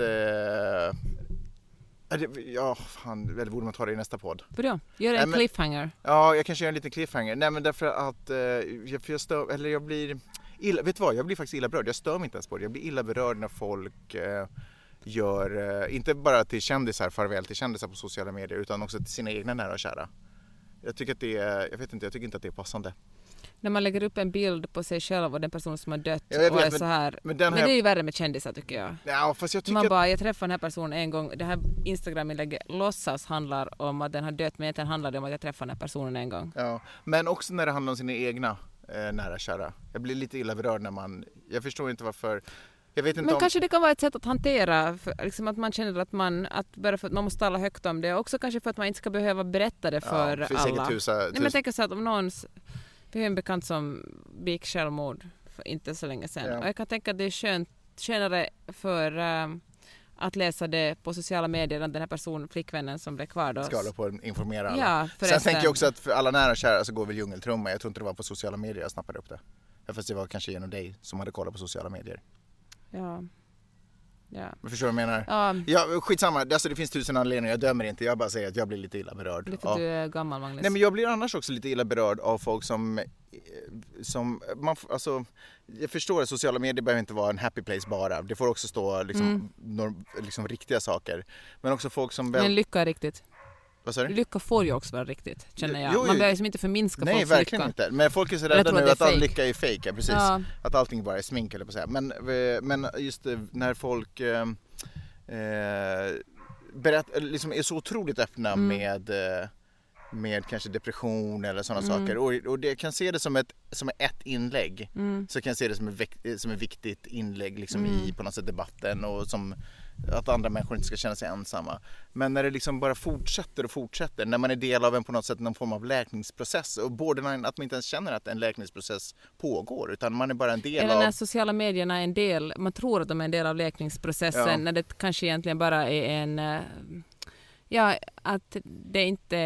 S2: eller borde man ta det i nästa podd?
S3: Vadå? Gör en cliffhanger?
S2: Ja, jag kanske gör en liten cliffhanger. Nej, men därför att jag blir illa... Vet du vad? Jag blir faktiskt illa berörd. Jag stör mig inte ens på det. Jag blir illa berörd när folk... gör, inte bara till kändisar, farväl till kändisar på sociala medier, utan också till sina egna nära och kära. Jag tycker att jag tycker inte att det är passande.
S3: När man lägger upp en bild på sig själv och den person som har dött och är så här. Men det är ju värre med kändisar, tycker jag.
S2: Ja, fast jag tycker
S3: jag träffade den här personen en gång. Det här Instagram-inlägget låtsas handlar om att den har dött, men egentligen handlar det om att jag träffade den här personen en gång. Ja,
S2: men också när det handlar om sina egna nära kära. Jag blir lite illa berörd när jag förstår inte varför.
S3: Men kanske det kan vara ett sätt att hantera, liksom att man känner att bara för att man måste tala högt om det, och också kanske för att man inte ska behöva berätta det för alla. Nej, men jag tänker så att om vi har en bekant som begick självmord för inte så länge sedan, och jag kan tänka att det är skönare för att läsa det på sociala medier än den här flickvännen som blev kvar då.
S2: Ska hålla på att informera alla.
S3: Ja,
S2: sen tänker jag också att för alla nära kära så går väl djungeltrumma. Jag tror inte det var på sociala medier jag snappade upp det. Fast det var kanske genom dig som hade kollat på sociala medier.
S3: Ja.
S2: Men förstår du vad jag menar? Ja, skitsamma. Alltså, det finns 1000 anledningar. Jag dömer inte. Jag bara säger att jag blir lite illa berörd.
S3: Det är för att du är gammal, Magnus.
S2: Nej, men jag blir annars också lite illa berörd av folk som alltså, jag förstår att sociala medier behöver inte vara en happy place bara. Det får också stå liksom riktiga saker. Men också folk som...
S3: Men lycka är riktigt.
S2: Vad sa du?
S3: Lycka får ju också vara riktigt, känner jag. Man behöver liksom inte förminska folks lycka.
S2: Nej, verkligen inte. Men folk är så rädda nu att all lycka är fake. Ja, precis. Ja. Att allting bara är smink, eller på att säga. Men just när folk liksom är så otroligt öppna med kanske depression eller sådana saker. Och det kan se det som ett inlägg. Så kan jag se det som ett viktigt inlägg liksom i på något sätt debatten, och som att andra människor inte ska känna sig ensamma. Men när det liksom bara fortsätter, när man är del av på något sätt någon form av läkningsprocess, och borderline att man inte ens känner att en läkningsprocess pågår, utan man är bara en del
S3: eller när sociala medierna är en del, man tror att de är en del av läkningsprocessen, när det kanske egentligen bara är att det inte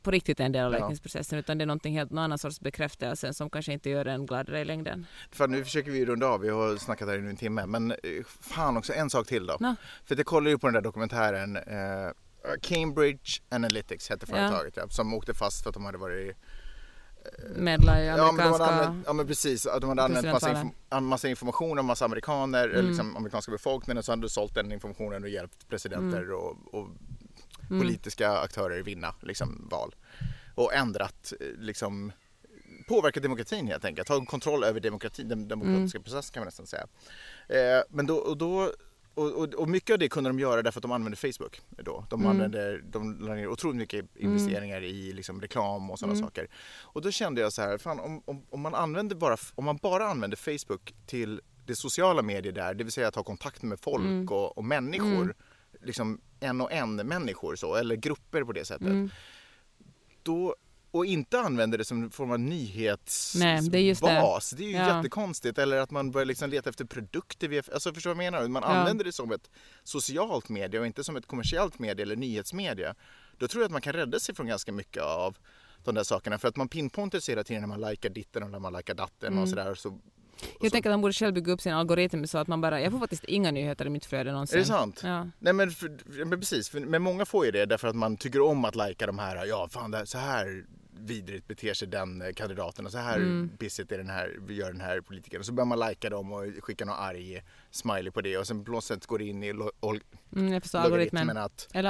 S3: på riktigt en del av läkningsprocessen, utan det är någonting helt någon annan sorts bekräftelse som kanske inte gör en gladare i längden.
S2: För nu försöker vi runda av, vi har snackat här i en timme, men fan också en sak till då.
S3: No.
S2: För jag kollade ju på den där dokumentären, Cambridge Analytics hette företaget, som åkte fast för att de hade varit
S3: medla i amerikanska...
S2: Ja men precis, de hade använt massa information om massa amerikaner, liksom amerikanska befolkningen, och så hade de sålt den informationen och hjälpt presidenter och politiska aktörer vinna liksom, val. Och ändrat, liksom, påverkat demokratin helt enkelt, ta kontroll över demokratin, den demokratiska processen kan man nästan säga. Men då och mycket av det kunde de göra därför att de använde Facebook då. De la ner otroligt mycket investeringar i liksom reklam och sådana saker. Och då kände jag så här, fan, om man bara använder Facebook till det sociala medier där, det vill säga att ha kontakt med folk och människor, liksom en människor så, eller grupper på det sättet. Då, och inte använder det som en form av nyhetsbas. Det är ju jättekonstigt. Eller att man börjar liksom leta efter produkter. Alltså förstår vad jag menar? Man använder det som ett socialt medie och inte som ett kommersiellt medie eller nyhetsmedia. Då tror jag att man kan rädda sig från ganska mycket av de där sakerna. För att man pinpointar sig hela tiden när man likar ditten och när man likar datten och sådär. Jag
S3: tänker att man borde själv bygga upp sin algoritm så att man bara, jag får faktiskt inga nyheter i mitt flöde någonsin.
S2: Är det sant?
S3: Ja.
S2: Nej men precis, men många får ju det därför att man tycker om att lajka de här, så här vidrigt beter sig den kandidaten och så här pissigt är gör den här politikern. Och så börjar man lajka dem och skicka någon arg smiley på det och sen plötsligt går det in i
S3: algoritmen.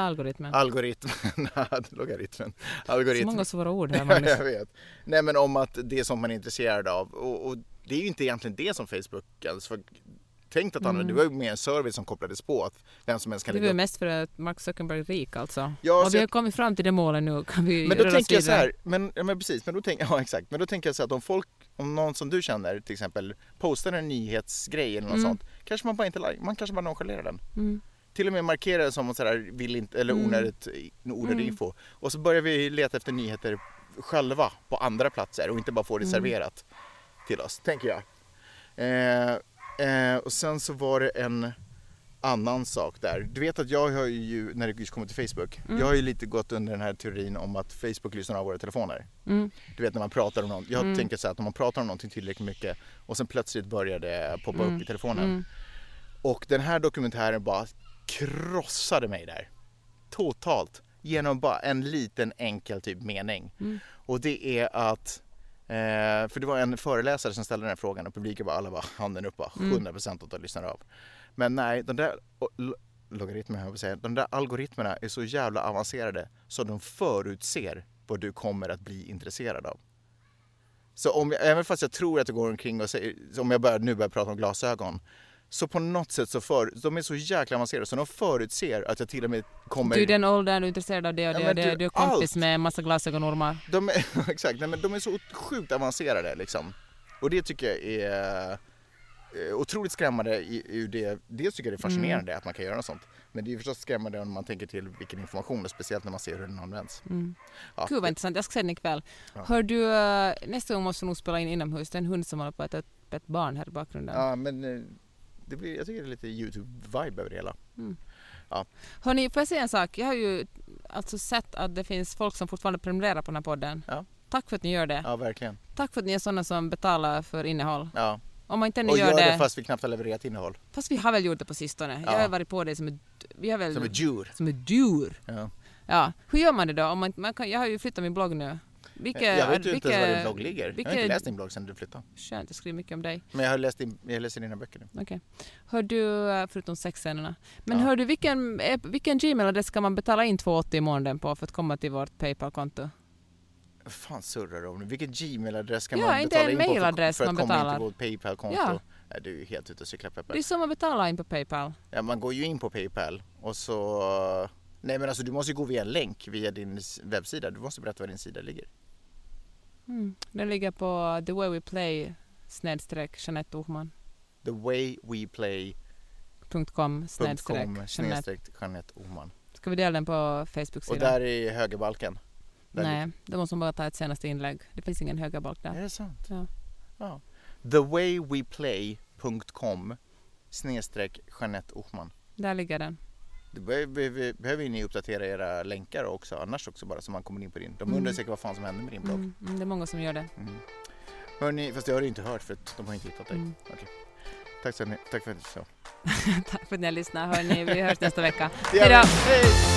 S2: Algoritmen.
S3: Så många svåra ord här, Magnus.
S2: Jag vet. Nej men om att det är som man är intresserad av och det är ju inte egentligen det som Facebook alltså tänkt att använda. Det var ju mer en service som kopplades på att vem som helst kan
S3: lägga upp. Det var mest för att Mark Zuckerberg är rik alltså. Ja, och vi har kommit fram till det målet nu. Kan vi
S2: men då tänker jag så här, men precis, men då tänker jag så att om någon som du känner till exempel postar en nyhetsgrej eller något sånt, kanske man bara inte man kanske bara nonchalerar den. Till och med markerar det som så här vill inte eller onödig info. Och så börjar vi leta efter nyheter själva på andra platser och inte bara få det serverat till oss, tänker jag. Och sen så var det en annan sak där. Du vet att jag har ju, när det just kommer till Facebook, jag har ju lite gått under den här teorin om att Facebook lyssnar av våra telefoner. Du vet när man pratar om något, jag tänker så här att om man pratar om någonting tillräckligt mycket och sen plötsligt börjar det poppa upp i telefonen. Och den här dokumentären bara krossade mig där. Totalt. Genom bara en liten enkel typ mening. Och det är att för det var en föreläsare som ställde den här frågan och publiken bara, alla var handen upp, 100% att de lyssnar av. Men nej, de där algoritmerna är så jävla avancerade så de förutser vad du kommer att bli intresserad av. Så även fast jag tror att det går omkring och säger, om jag nu börjar prata om glasögon, så på något sätt de är så jäkla avancerade så de förutser att jag till och med kommer...
S3: Du är den åldern, du är intresserad av det och det, du är kompis med en massa glasögonormar.
S2: Exakt, men de är så sjukt avancerade liksom. Och det tycker jag är otroligt skrämmande ur det. Det tycker jag är fascinerande att man kan göra något sånt. Men det är ju förstås skrämmande om man tänker till vilken information, och speciellt när man ser hur den används.
S3: Ja. Gud vad intressant, jag ska se den ikväll. Ja. Hör du, nästa gång måste du nog spela in inomhus. Det är en hund som håller på att äta ett barn här i bakgrunden.
S2: Ja, men jag tycker det är lite YouTube-vibe över det hela. Ja.
S3: Hörrni, får jag säga en sak? Jag har ju alltså sett att det finns folk som fortfarande prenumererar på den här podden.
S2: Ja.
S3: Tack för att ni gör det.
S2: Ja, verkligen.
S3: Tack för att ni är sådana som betalar för innehåll.
S2: Ja.
S3: Om man inte
S2: och gör det fast vi knappt har levererat innehåll.
S3: Fast vi har väl gjort det på sistone. Jag har varit på det som ett djur. Ja. Hur gör man det då? Om jag har ju flyttat min blogg nu.
S2: Jag vet ju inte ens var din blogg ligger. Jag har inte läst din blogg sedan du flyttade.
S3: Skönt, jag skriver mycket om dig.
S2: Men jag läser dina böcker nu.
S3: Okej. Hör du, förutom sexscenerna. Men hör du, vilken Gmail-adress ska man betala in 2,80 i månaden på för att komma till vårt PayPal-konto?
S2: Vad fan surrar du om? Vilken Gmail-adress ska
S3: man betala in på för att komma in till vårt
S2: PayPal-konto?
S3: Ja.
S2: Nej, du är ju helt ute och cyklar, Peppe.
S3: Det är som att betala in på PayPal.
S2: Ja, man går ju in på PayPal och så... Nej, men alltså du måste ju gå via en länk via din webbsida. Du måste berätta var din sida ligger.
S3: Den ligger på The Way We Play /Jeanette Ohman.
S2: thewayweplay.com /Jeanette Ohman.
S3: Ska vi dela den på Facebook-sidan?
S2: Och där är högerbalken.
S3: Nej, det måste bara ta ett senaste inlägg. Det finns ingen högerbalk där.
S2: Är det sant?
S3: Ja.
S2: thewayweplay.com /Jeanette Ohman.
S3: Där ligger den.
S2: behöver ni uppdatera era länkar också, annars också bara så man kommer in på din. De undrar säkert vad fan som händer med din blogg.
S3: Det är många som gör det.
S2: Hörni, fast det har du inte hört för att de har inte hittat dig. Okej. Tack för att ni så.
S3: Tack för att ni har lyssnat. Hörni, vi hörs nästa vecka.
S2: Hej!